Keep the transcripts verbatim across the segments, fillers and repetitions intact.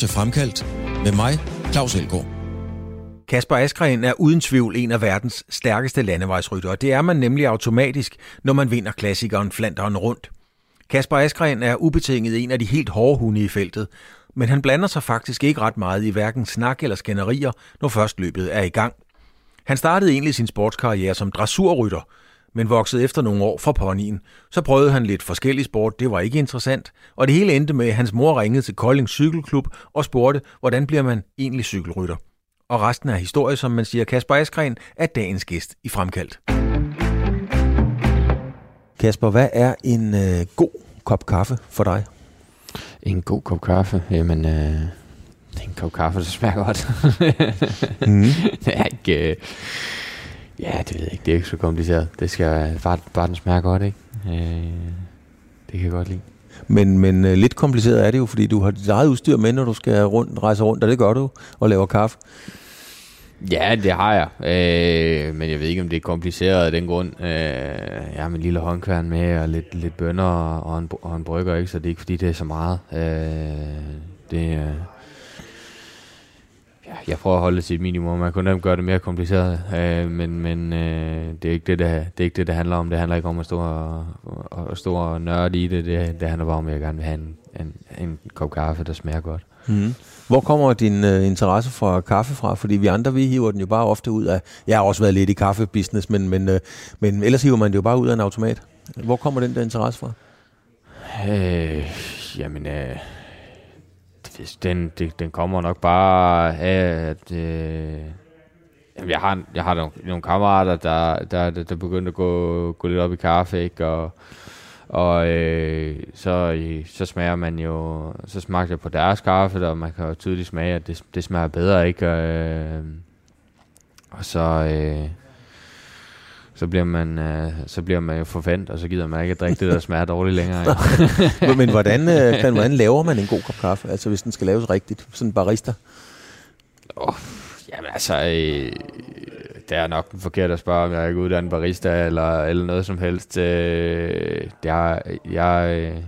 til Fremkaldt med mig, Claus Elgaard. Kasper Asgreen er uden tvivl en af verdens stærkeste landevejsryttere. Det er man nemlig automatisk, når man vinder klassikeren Flandern Rundt. Kasper Asgreen er ubetinget en af de helt hårde hunde i feltet, men han blander sig faktisk ikke ret meget i hverken snak eller skænderier, når først løbet er i gang. Han startede egentlig sin sportskarriere som dressurrytter, men voksede efter nogle år fra ponyen. Så prøvede han lidt forskellig sport, det var ikke interessant, og det hele endte med, at hans mor ringede til Kolding Cykelklub og spurgte, hvordan bliver man egentlig cykelrytter. Og resten af historie, som man siger, Kasper Asgreen er dagens gæst i Fremkaldt. Kasper, hvad er en øh, god kop kaffe for dig? En god kop kaffe? Jamen, øh, det er en kop kaffe, der smager godt. mm. Det er ikke... Øh, ja, det ved jeg ikke. Det er ikke så kompliceret. Det skal bare, bare den smager godt, ikke? Øh, det kan jeg godt lide. Men, men øh, lidt kompliceret er det jo, fordi du har dit eget udstyr med, når du skal rundt, rejse rundt, og det gør du, og laver kaffe. Ja, det har jeg. Øh, men jeg ved ikke, om det er kompliceret af den grund. Øh, jeg har min lille håndkværn med, og lidt, lidt bønner og en, og en brygger, ikke? Så det er ikke, fordi det er så meget. Øh, det øh, ja, jeg prøver at holde det til et minimum. Man kunne nemt gøre det mere kompliceret, øh, men, men øh, det, er ikke det, det, det er ikke det, det handler om. Det handler ikke om at stå og, og, og stå og nørde i det. det. Det handler bare om, at jeg gerne vil have en, en, en kop kaffe, der smager godt. Mm. Hvor kommer din uh, interesse for kaffe fra? Fordi vi andre, vi hiver den jo bare ofte ud af... Jeg har også været lidt i kaffebusiness, men, men, uh, men ellers hiver man det jo bare ud af en automat. Hvor kommer den der interesse fra? Øh, jamen, øh, den, det, den kommer nok bare af, at... Øh, jeg har, jeg har nogle, nogle kammerater, der, der, der, der begyndte at gå, gå lidt op i kaffe, ikke? Og... Og øh, så, så smager man jo, så smagte jeg på deres kaffe, og man kan jo tydeligt smage, at det, det smager bedre, ikke? Og, øh, og så, øh, så bliver man, øh, så bliver man jo forvent, og så gider man ikke at drikke det, der smager dårligt længere. Men hvordan, øh, hvordan laver man en god kop kaffe, altså hvis den skal laves rigtigt, sådan en barista? Oh, jamen altså, øh, det er nok forkert at spørge, om jeg er ikke uddannet barista eller, eller noget som helst. Øh, det er, jeg, øh,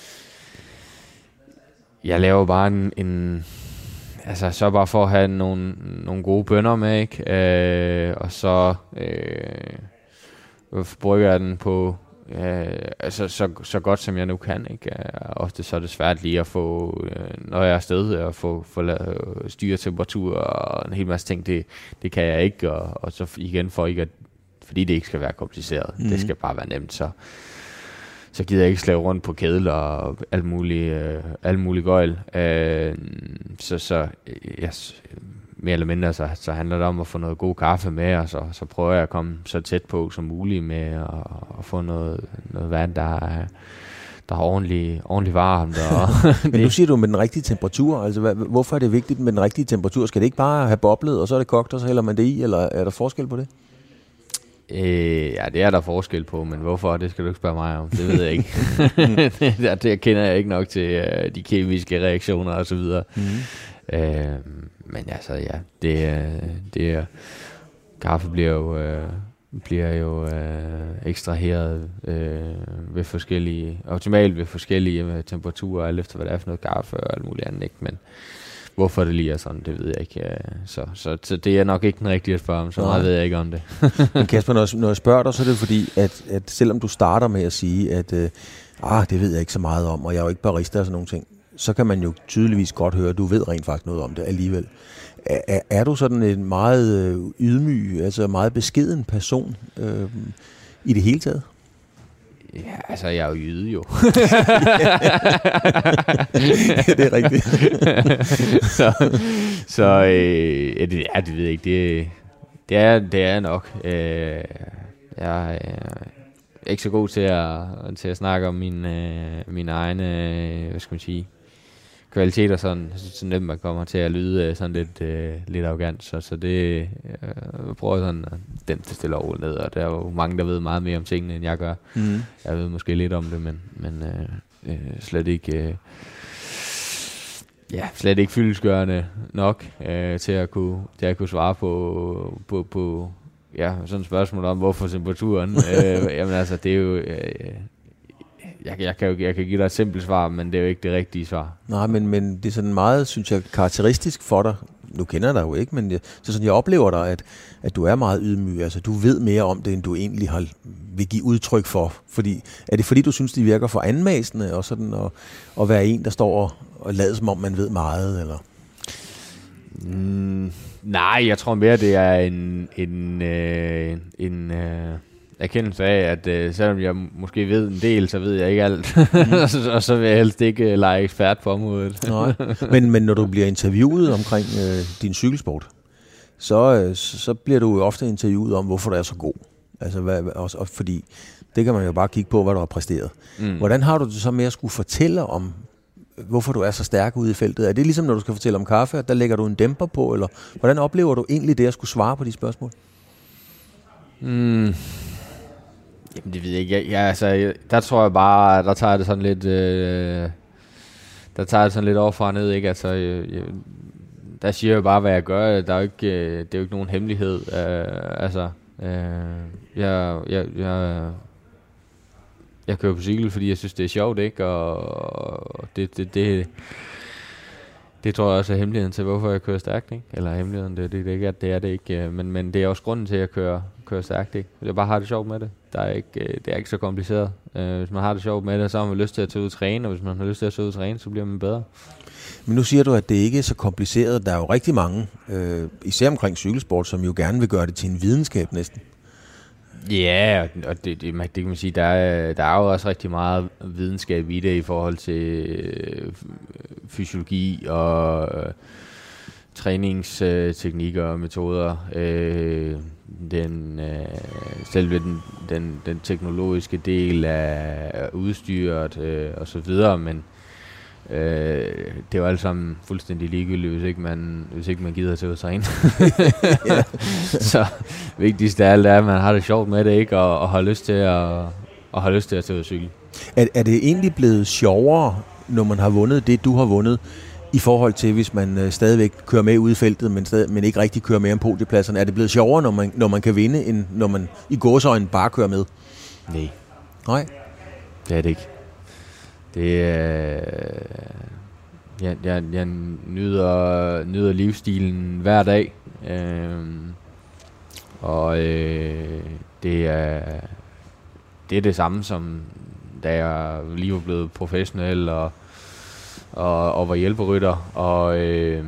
jeg laver bare en, en... Altså, så bare for at have nogle, nogle gode bønner med, ikke? Øh, og så øh, brygger jeg den på... Øh, altså, så, så godt som jeg nu kan, ikke? Ofte så er det svært lige at få, øh, når jeg er afsted, at få, få lavet, styre temperatur og en hel masse ting, det, det kan jeg ikke, og, og så igen for ikke at, fordi det ikke skal være kompliceret, mm. det skal bare være nemt, så, så gider jeg ikke slæve rundt på kedel og alt muligt, øh, alt muligt gøjl, øh, så, så yes, mere eller mindre, så, så handler det om at få noget god kaffe med, og så, så prøver jeg at komme så tæt på som muligt med at, at få noget, noget vand, der er, der er ordentligt, ordentligt varmt. Og Men nu siger du med den rigtige temperatur, altså hvad, hvorfor er det vigtigt med den rigtige temperatur? Skal det ikke bare have boblet, og så er det kogt, og så hælder man det i, eller er der forskel på det? Øh, ja, det er der forskel på, men hvorfor, det skal du ikke spørge mig om, det ved jeg ikke. det, det kender jeg ikke nok til uh, de kemiske reaktioner og så videre. Mm. Øh, men altså, ja, det, det er, kaffe bliver jo, øh, bliver jo øh, ekstraheret øh, ved forskellige, optimalt ved forskellige øh, temperaturer, alt efter hvad det er for noget kaffe og alt muligt andet, ikke? Men hvorfor det lige er sådan, det ved jeg ikke. Så, så, så det er nok ikke den rigtige at spørge om, så meget ved jeg ikke om det. Men Kasper, når, når jeg spørger dig, så er det fordi, at, at selvom du starter med at sige, at øh, ah, det ved jeg ikke så meget om, og jeg er jo ikke barista og sådan nogle ting, så kan man jo tydeligvis godt høre, at du ved rent faktisk noget om det alligevel. Er, er, er du sådan en meget øh, ydmyg, altså meget beskeden person øh, i det hele taget? Ja, altså jeg er jo jyde jo. Det er rigtigt. så så øh, ja, det, ja, det ved jeg ikke. Det, det, er, det er nok. Øh, jeg er ikke så god til at, til at snakke om mine, øh, mine egne, hvad skal man sige, kvaliteter, sådan, så nemt man kommer til at lyde sådan lidt, øh, lidt arrogant, så, så det øh, jeg prøver sådan at dæmpe det stille over ned, og der er jo mange, der ved meget mere om tingene, end jeg gør. Mm. Jeg ved måske lidt om det, men, men øh, øh, slet ikke øh, ja, slet ikke fyldestgørende nok øh, til, at kunne, til at kunne svare på, på, på ja, sådan et spørgsmål om, hvorfor temperaturen. øh, jamen altså, det er jo... Øh, jeg, jeg, kan jo, jeg kan give dig et simpelt svar, men det er jo ikke det rigtige svar. Nej, men, men det er sådan meget, synes jeg, karakteristisk for dig. Nu kender jeg dig jo ikke, men jeg, så sådan, jeg oplever dig, at, at du er meget ydmyg. Altså, du ved mere om det, end du egentlig har, vil give udtryk for. Fordi, er det fordi, du synes, de virker for anmasende, og sådan at, at være en, der står og, og lader som om, man ved meget, eller? Mm, nej, jeg tror mere, det er en, en, øh, en øh, erkendelse af, at øh, selvom jeg måske ved en del, så ved jeg ikke alt. Mm. og, så, og så vil jeg helst ikke øh, lege ekspert på området. Nej. Men, men når du bliver interviewet omkring øh, din cykelsport, så, øh, så bliver du jo ofte interviewet om, hvorfor du er så god. Altså, hvad, også, og fordi det kan man jo bare kigge på, hvad du har præsteret. Mm. Hvordan har du det så med at skulle fortælle om, hvorfor du er så stærk ude i feltet? Er det ligesom, når du skal fortælle om kaffe, at der lægger du en dæmper på, eller hvordan oplever du egentlig det at skulle svare på de spørgsmål? Mm. Jamen, det ved jeg ikke. Jeg, jeg, altså, der tror jeg bare, der tager det sådan lidt, øh, der tager det sådan lidt overfra ned, ikke? Altså, jeg, jeg, der siger jeg bare, hvad jeg gør. Der er jo ikke, øh, det er jo ikke nogen hemmelighed. Øh, altså, øh, jeg, jeg, jeg, jeg kører på cykel, fordi jeg synes, det er sjovt, ikke? Og det, det, det, det tror jeg også er hemmeligheden til, hvorfor jeg kører stærkt, ikke? Eller hemmeligheden, det, det, det, det, det er det ikke. Men, men det er også grunden til, at jeg kører, kører stærkt, ikke? Jeg bare har det sjovt med det. Der er ikke, det er ikke så kompliceret. Uh, hvis man har det sjovt med det, så har man lyst til at tage ud og træne, og hvis man har lyst til at tage ud og træne, så bliver man bedre. Men nu siger du, at det ikke er så kompliceret. Der er jo rigtig mange, øh, især omkring cykelsport, som jo gerne vil gøre det til en videnskab næsten. Ja, og det, det, det kan man sige, der er, der er jo også rigtig meget videnskab i det i forhold til øh, fysiologi og øh, træningsteknikker og metoder. Øh, den, øh, selve den, den, den teknologiske del af udstyret øh, og så videre, men øh, det er jo alt sammen fuldstændig ligegyldigt, hvis ikke man, hvis ikke man gider til at træne. Så vigtigst af alt er, at man har det sjovt med det, ikke, og, og har lyst til at, og har lyst til at tage ud og cykle. Er, er det egentlig blevet sjovere, når man har vundet det, du har vundet, i forhold til, hvis man øh, stadigvæk kører med ude i feltet, men, stadig, men ikke rigtig kører med om podiepladserne? Er det blevet sjovere, når man, når man kan vinde, end når man i gåseøjne bare kører med? Nej. Nej? Det er det ikke. Det er... Øh, jeg, jeg, jeg nyder, nyder livsstilen hver dag. Øh, og øh, det er... Det er det samme som, da jeg lige var blevet professionel og Og, og var hjælperytter, og, øh,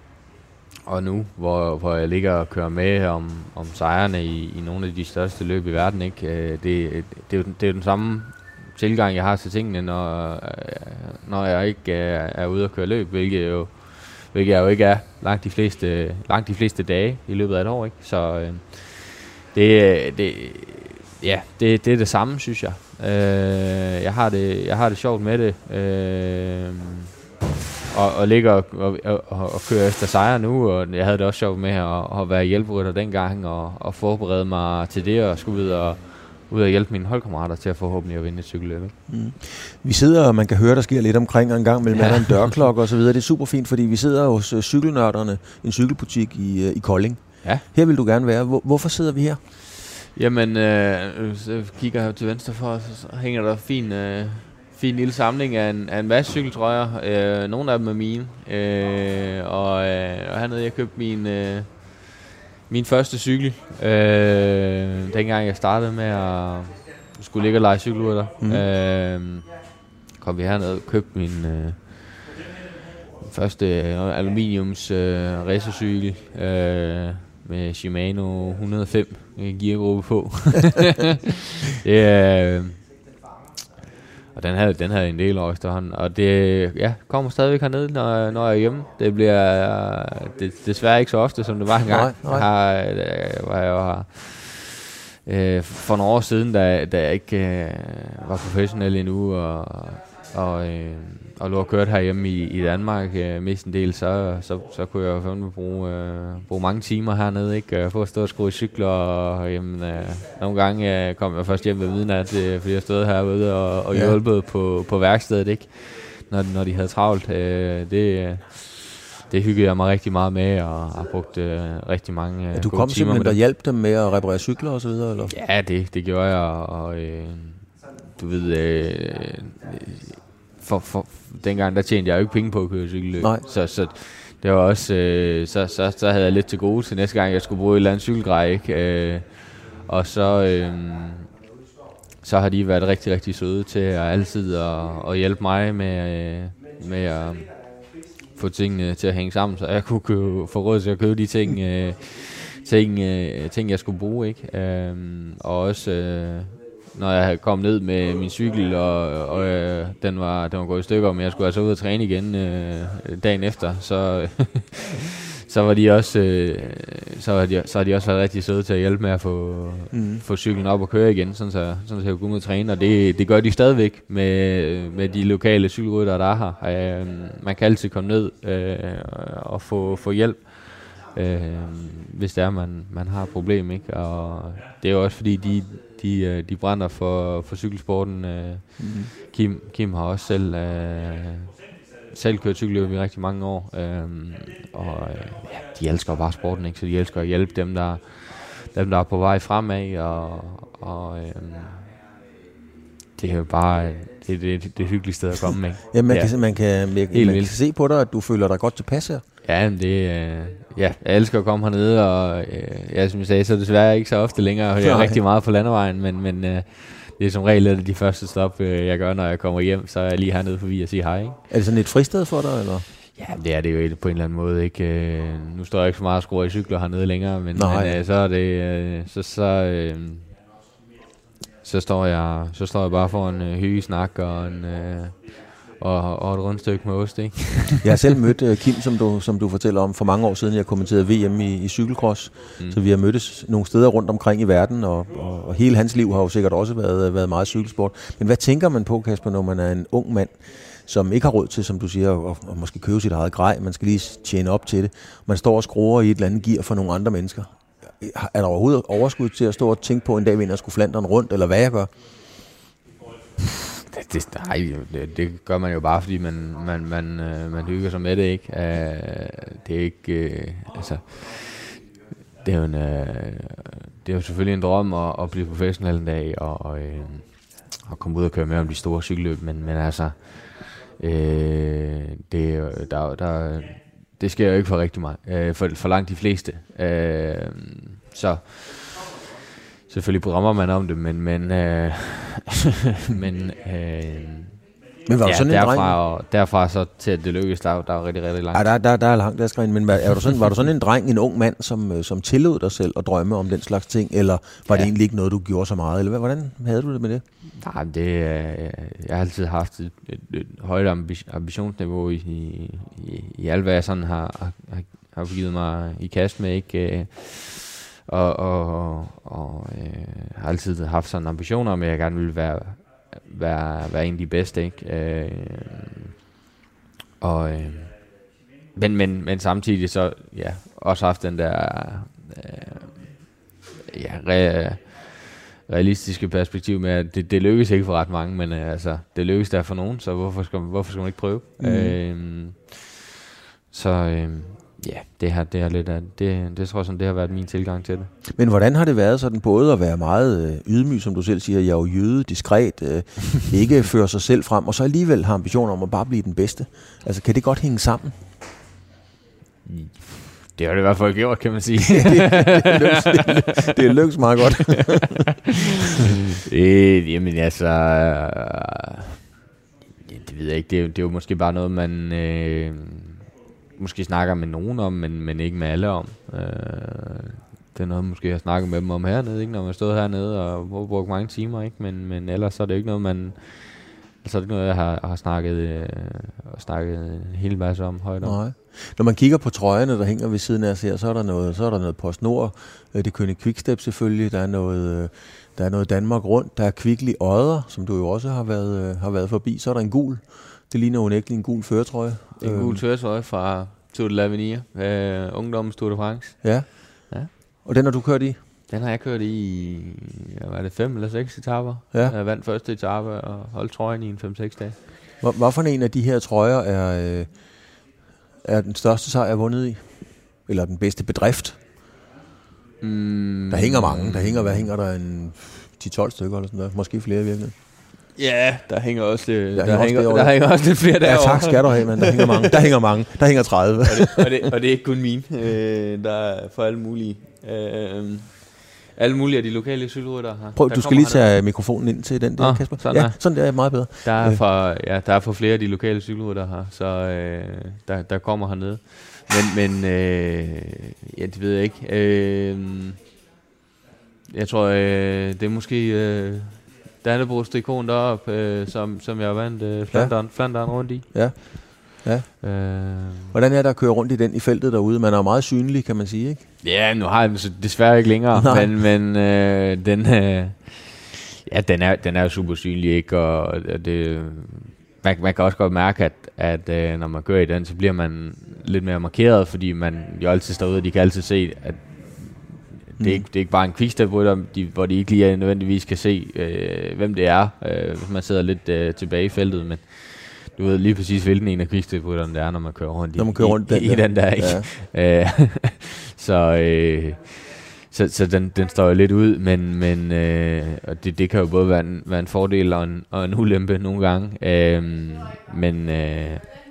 og nu, hvor, hvor jeg ligger og kører med om, om sejrene i, i nogle af de største løb i verden, ikke? Det, det, det, er jo, det er jo den samme tilgang, jeg har til tingene, når, når jeg ikke er, er ude og køre løb, hvilket, jo, hvilket jeg jo ikke er langt de fleste, langt de fleste dage i løbet af et år, ikke? Så øh, det, det, ja, det, det er det samme, synes jeg. Øh, jeg, har det, jeg har det sjovt med det. Øh, og, og ligger og, og, og, og kører efter sejre nu, og jeg havde det også sjovt med at, at være hjælperytter dengang, og, og forberede mig til det, og skulle ud og, ud og hjælpe mine holdkammerater til at forhåbentlig at vinde et cykelløb. Mm. Vi sidder, og man kan høre, der sker lidt omkring, og en gang mellem ja. en dørklokke og så videre. Det er super fint, fordi vi sidder hos uh, cykelnørderne, en cykelbutik i, uh, i Kolding. Ja. Her vil du gerne være. Hvor, hvorfor sidder vi her? Jamen, øh, så kigger jeg til venstre for os, så hænger der fin, øh, fin lille samling af en, af en masse cykeltrøjer. Øh, nogle af dem er mine. Øh, og, øh, og hernede, jeg købte min, øh, min første cykel. Øh, dengang jeg startede med at skulle ligge og lege cykelrytter. Mm. Øh, kom vi hernede og købte min øh, første øh, aluminiums øh, racercykel. Øh, med Shimano et hundrede og fem geargruppe på. det, øh, og den havde, den havde en del år efterhånden. Og det ja, kommer stadigvæk hernede, når, når jeg er hjemme. Det bliver det, desværre ikke så ofte, som det var engang. Nej, nej. Jeg har, jeg, jeg har, øh, for nogle år siden, da, da jeg ikke øh, var professionel endnu, og, og øh, og lå og kørt herhjemme i, i Danmark øh, mest en del, så, så, så kunne jeg jo fandme bruge, øh, bruge mange timer hernede, ikke? For at stå og skrue i cykler, og jamen, øh, nogle gange øh, kom jeg først hjem ved midnat, øh, fordi jeg stod herude og, og ja. hjulpet på, på værkstedet, ikke? Når, når de havde travlt. Øh, det, det hyggede jeg mig rigtig meget med, og har brugt øh, rigtig mange øh, ja, du kom simpelthen, der hjalp dem med at reparere cykler og så videre, eller? Ja, det, det gjorde jeg, og... Øh, du ved, øh, for, for, dengang der tjente jeg jo ikke penge på at køre cykelløb. Så, så det var også, øh, så, så, så havde jeg lidt til gode til næste gang, jeg skulle bruge et eller andet cykelgrej, ikke? Øh, og så, øh, så har de været rigtig, rigtig søde til at altid at, at hjælpe mig med, med at få tingene til at hænge sammen, så jeg kunne købe, få råd til at købe de ting, øh, ting, øh, ting jeg skulle bruge, ikke? Øh, og også øh, når jeg havde kommet ned med min cykel, og, og øh, den, var, den var gået i stykker, men jeg skulle altså ud og træne igen øh, dagen efter, så, så var de også øh, så, var de, så har de også været rigtig søde til at hjælpe med at få, mm. få cyklen op og køre igen, sådan så, sådan så jeg kunne gå ud og træne, og det, det gør de stadigvæk med, med de lokale cykelryttere, der er her. Øh, man kan altid komme ned øh, og få, få hjælp, øh, hvis det er, man, man har et problem, ikke? Og det er jo også fordi, de De, de brænder for, for cykelsporten. Mm. Kim, Kim har også selv, øh, selv kørt cykelløb i rigtig mange år. Øh, og øh, ja, de elsker bare sporten, ikke? Så de elsker at hjælpe dem, der, dem, der er på vej fremad. Og, og øh, det er jo bare det, det, det, det hyggelige sted at komme, ikke? Ja, man, ja. Kan, man, kan, man, man kan se på dig, at du føler dig godt tilpas her. Ja, det, øh, ja, jeg elsker at komme hernede, og øh, ja, som jeg sagde, så desværre ikke så ofte længere. Jeg er rigtig meget på landevejen, men, men øh, det er som regel de første stop, øh, jeg gør, når jeg kommer hjem, så er jeg lige hernede forbi og siger hej, ikke? Er det sådan et fristed for dig, eller? Ja, det er det jo på en eller anden måde, ikke? Øh, nu står jeg ikke så meget og skruer i cykler hernede længere, men, men øh, så er det, øh, så, så, øh, så, står jeg, så står jeg bare for en øh, hyggesnak og en... Øh, Og, og et rundstykke med ost, ikke? Jeg har selv mødt uh, Kim, som du, som du fortæller om, for mange år siden. Jeg kommenterede V M i, i cykelcross, mm. så vi har mødtes nogle steder rundt omkring i verden, og, og, og hele hans liv har jo sikkert også været, været meget cykelsport. Men hvad tænker man på, Kasper, når man er en ung mand, som ikke har råd til, som du siger, at, at måske købe sit eget grej? Man skal lige tjene op til det. Man står og skruer i et eller andet gear for nogle andre mennesker. Er der overhovedet overskud til at stå og tænke på, en dag vinder skulle Flandern rundt, eller hvad jeg gør? Det, det, nej, det, det gør man jo bare, fordi man, man, man, øh, man hygger sig med det, ikke? Uh, det er ikke, øh, altså, det er jo en, øh, det er jo selvfølgelig en drøm at, at blive professionel en dag, og, øh, og komme ud og køre med om de store cykelløb, men, men altså, øh, det, der, der, det sker jo ikke for rigtig meget, øh, for, for langt de fleste, øh, så... Selvfølgelig drømmer man om det, men men øh, men øh, men var ja, sådan derfra og derfra så til at det lykkes, der der er rigtig rigtig langt. Ja, der der der er langt der skal ind, men er du sådan var du sådan en dreng, en ung mand, som som tillod dig selv at drømme om den slags ting, eller var ja. det egentlig ikke noget du gjorde så meget, eller hvordan havde du det med det? Nej, det øh, jeg har altid haft et, et, et højt ambitionsniveau i, i i i alt hvad jeg sådan har har, har givet mig i kast med, ikke. Øh, Og, og, og øh, har altid haft sådan ambitioner om, at jeg gerne ville være, være, være en af de bedste, ikke? Øh, og, øh, men, men, men samtidig så, ja, også haft den der øh, ja, re, realistiske perspektiv med, at det, det lykkes ikke for ret mange, men øh, altså, det lykkes der for nogen, så hvorfor skal, hvorfor skal man ikke prøve? Mm. Øh, så... Øh, Ja, det har det har lidt af det det tror jeg sådan det har været min tilgang til det. Men hvordan har det været sådan både at være meget øh, ydmyg, som du selv siger, jeg er jo jøde, diskret, øh, ikke føre sig selv frem, og så alligevel har ambitioner om at bare blive den bedste? Altså kan det godt hænge sammen? Det har det i hvert fald gjort, kan man sige. det, lykkes, det, det lykkes meget godt. øh, jamen altså, øh, det ved jeg ikke. Det er, det er jo måske bare noget man øh, måske snakker med nogen om, men, men ikke med alle om. Øh, det er noget, måske jeg snakker med dem om hernede, ikke? Når man stod hernede og brugt mange timer, ikke? Men, men ellers så er det ikke noget, man... Så er det ikke noget, jeg har, har snakket, øh, snakket en hel masse om højt om. Nej. Når man kigger på trøjerne, der hænger ved siden af os her, så er der noget, så er der noget PostNord, det Kønne Quickstep selvfølgelig, der er noget, der er noget Danmark Rundt, der er Kvickly Odder, som du jo også har været, har været forbi, så er der en gul, det ligner unægteligt en gul førertrøje. Det er en gul førertrøje fra Tour de l'Avenir, øh, ungdommens Tour de France. Ja. ja, og den har du kørt i? Den har jeg kørt i, hvad er det, fem eller seks etaper. Ja. Jeg vandt første etape og holdt trøjen i en fem seks dage. Hvor, hvorfor en af de her trøjer er, øh, er den største sejr, jeg har vundet i? Eller den bedste bedrift? Mm. Der hænger mange. Der hænger, hvad hænger der? En ti tolv stykker eller sådan noget. Måske flere virkelig. Ja, der hænger også, der, der, hænger hænger, også der hænger også lidt flere derovre. Ja, tak skal du have, men der hænger mange. Der hænger mange. Der hænger tredive. og, det, og, det, og det er ikke kun mine. Øh, der er for alle mulige. Øh, alle mulige af de lokale cykelryttere her. Prøv, der du skal lige tage der. mikrofonen ind til den der, oh, Kasper. Sådan ja, sådan der er meget bedre. Der er for, ja, der er for flere af de lokale cykelryttere her, så øh, der, der kommer hernede. Men, men øh, ja, det ved jeg ikke. Øh, jeg tror, øh, det er måske øh, Dannebrogs trikoten deroppe, øh, som, som jeg vandt øh, Flandern, ja. Flandern rundt i. Ja. Ja. Øh. Hvordan er der at køre rundt i den i feltet derude? Man er jo meget synlig, kan man sige, ikke? Ja, nu har jeg den så desværre ikke længere, Nej. men, men øh, den, øh, ja, den, er, den er jo super synlig, ikke? Og, og det, man, man kan også godt mærke, at, at øh, når man kører i den, så bliver man lidt mere markeret, fordi man jo altid står ude, og de kan altid se, at det er, ikke, det er ikke bare en quickstep-rytter, de, hvor de ikke lige nødvendigvis kan se, øh, hvem det er, øh, hvis man sidder lidt øh, tilbage i feltet, men du ved lige præcis, hvilken en af quickstep-rytterne det er, når man kører rundt, når man kører rundt i, den, i, i den der, ikke? Ja. så øh, så, så den, den står jo lidt ud, men, men øh, og det, det kan jo både være en, være en fordel og en, og en ulempe nogle gange, øh, men øh,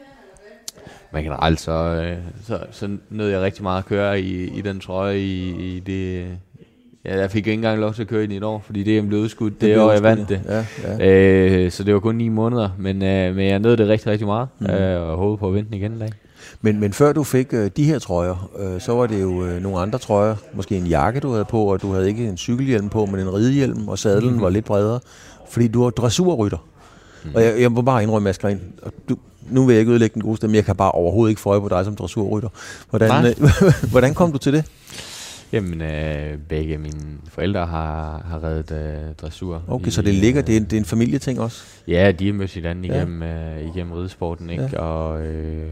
men generelt så, øh, så, så nød jeg rigtig meget at køre i, i den trøje i, i det. Ja, jeg fik ikke engang lov til at køre ind i et år, fordi det blev udskudt det, det år, jeg vandt det. Ja, ja. Øh, så det var kun ni måneder, men, øh, men jeg nød det rigtig, rigtig meget, mm. øh, og håbede på at vinde igen en dag. Men, men før du fik øh, de her trøjer, øh, så var det jo øh, nogle andre trøjer. Måske en jakke, du havde på, og du havde ikke en cykelhjelm på, men en ridehjelm, og sadlen mm. var lidt bredere, fordi du var dressurrytter. Mm. Og jeg, jeg må bare indrømme, Asger, du, nu vil jeg ikke ødelægge den gode stemme, jeg kan bare overhovedet ikke få øje på dig som dressurrytter. Hvordan, øh, hvordan kom du til det? Jamen, øh, begge mine forældre har, har reddet øh, dressur. Okay, i, så det ligger, det er, det er en familieting også? Ja, de har mødt hinanden igennem, ja. øh, igennem ridesporten, ikke? Ja. Og øh,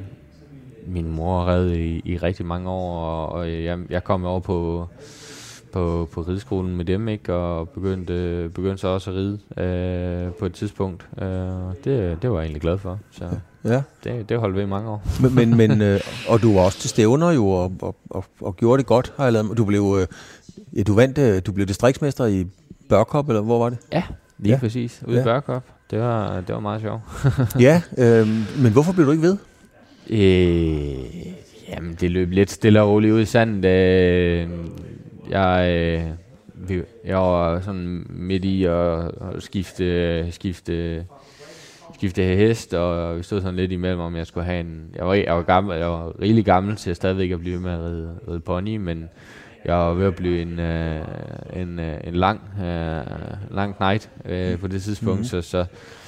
min mor red i, i rigtig mange år, og, og jeg, jeg kom over på, på, på rideskolen med dem, ikke? Og begyndte, begyndte så også at ride øh, på et tidspunkt. Øh, det, det var jeg egentlig glad for, så ja. det, det holdt ved i mange år. men, men, men, øh, og du var også til stævner jo, og, og, og, og gjorde det godt, har jeg lavet. Du blev, øh, ja, du vandt, øh, du blev distriktsmester i Børkop, eller hvor var det? Ja, lige ja. præcis, ude ja. i Børkop. Det var, det var meget sjovt. ja, øh, men hvorfor blev du ikke ved? Øh, jamen, det løb lidt stille og roligt ud i sandet. Øh, jeg, øh, jeg var sådan midt i at skifte, skifte, skifte hest, og vi stod sådan lidt imellem, om jeg skulle have en... Jeg var, jeg var, gammel, jeg var rigelig gammel til stadigvæk at blive med at ride, ride pony, men jeg var ved at blive en, øh, en, øh, en lang, øh, lang knight øh, på det tidspunkt, mm-hmm. så, så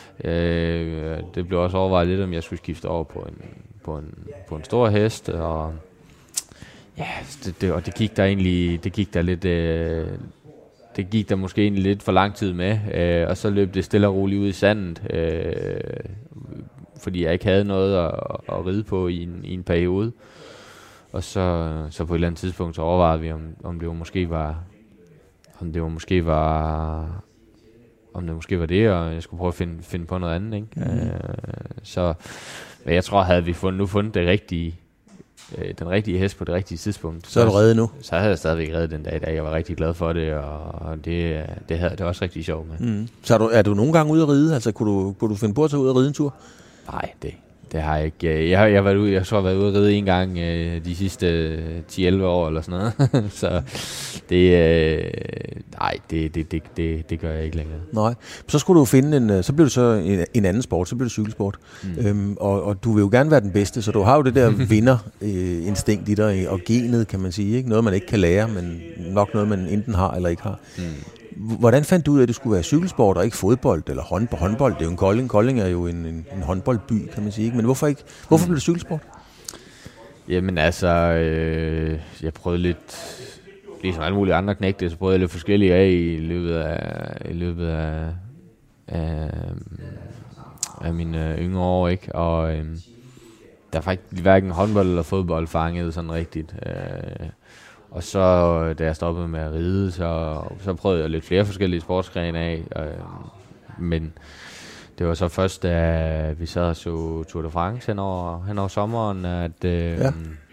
øh, det blev også overvejet lidt, om jeg skulle skifte over på en, på en, på en stor hest, og ja, det, det, og det gik der egentlig, det gik der lidt, øh, det gik der måske egentlig lidt for lang tid med, øh, og så løb det stille og roligt ud i sandet, øh, fordi jeg ikke havde noget at, at ride på i en, i en periode. Og så, så på et eller andet tidspunkt så overvejede vi, om, om det var måske var, om det var måske var, om det måske var det, og jeg skulle prøve at finde, finde på noget andet, ikke? Mm. Øh, så, men jeg tror, havde vi fundet, nu fundet det rigtige, øh, den rigtige hest på det rigtige tidspunkt. Så er du reddet nu? Så havde jeg stadigvæk reddet den dag i dag. Jeg var rigtig glad for det, og det, det havde det også rigtig sjovt med. Mm. Så er du, er du nogle gange ude at ride? Altså, kunne du, kunne du finde på at tage ud og ride en tur? Nej, det Det har jeg ikke. Jeg har, jeg har været ude, jeg tror, jeg har været ude at ride en gang øh, de sidste ti elleve år eller sådan noget. Så det, øh, nej, det, det, det, det, det gør jeg ikke længere. Nej. Så skulle du finde en, så blev det så en, en anden sport, så blev det cykelsport. Mm. Øhm, og, og du vil jo gerne være den bedste, så du har jo det der vinderinstinkt i dig, og genet, kan man sige. Ikke? Noget, man ikke kan lære, men nok noget, man enten har eller ikke har. Mm. Hvordan fandt du ud af, at det skulle være cykelsport og ikke fodbold eller håndbold? Håndbold, det er jo en Kolding. Kolding er jo en, en, en håndboldby, kan man sige. Ikke? Men hvorfor ikke? Hvorfor blev det cykelsport? Jamen altså, øh, jeg prøvede lidt, ligesom alle mulige andre knægte, så prøvede jeg lidt forskellige af i løbet af, i løbet af, af, af mine yngre år, ikke? Og øh, der er faktisk hverken håndbold eller fodbold fanget sådan rigtigt. Øh, Og så, da jeg stoppede med at ride, så, så prøvede jeg lidt flere forskellige sportsgrene af. Øh, men det var så først, da vi sad og så Tour de France hen over, hen over sommeren, at, øh, ja.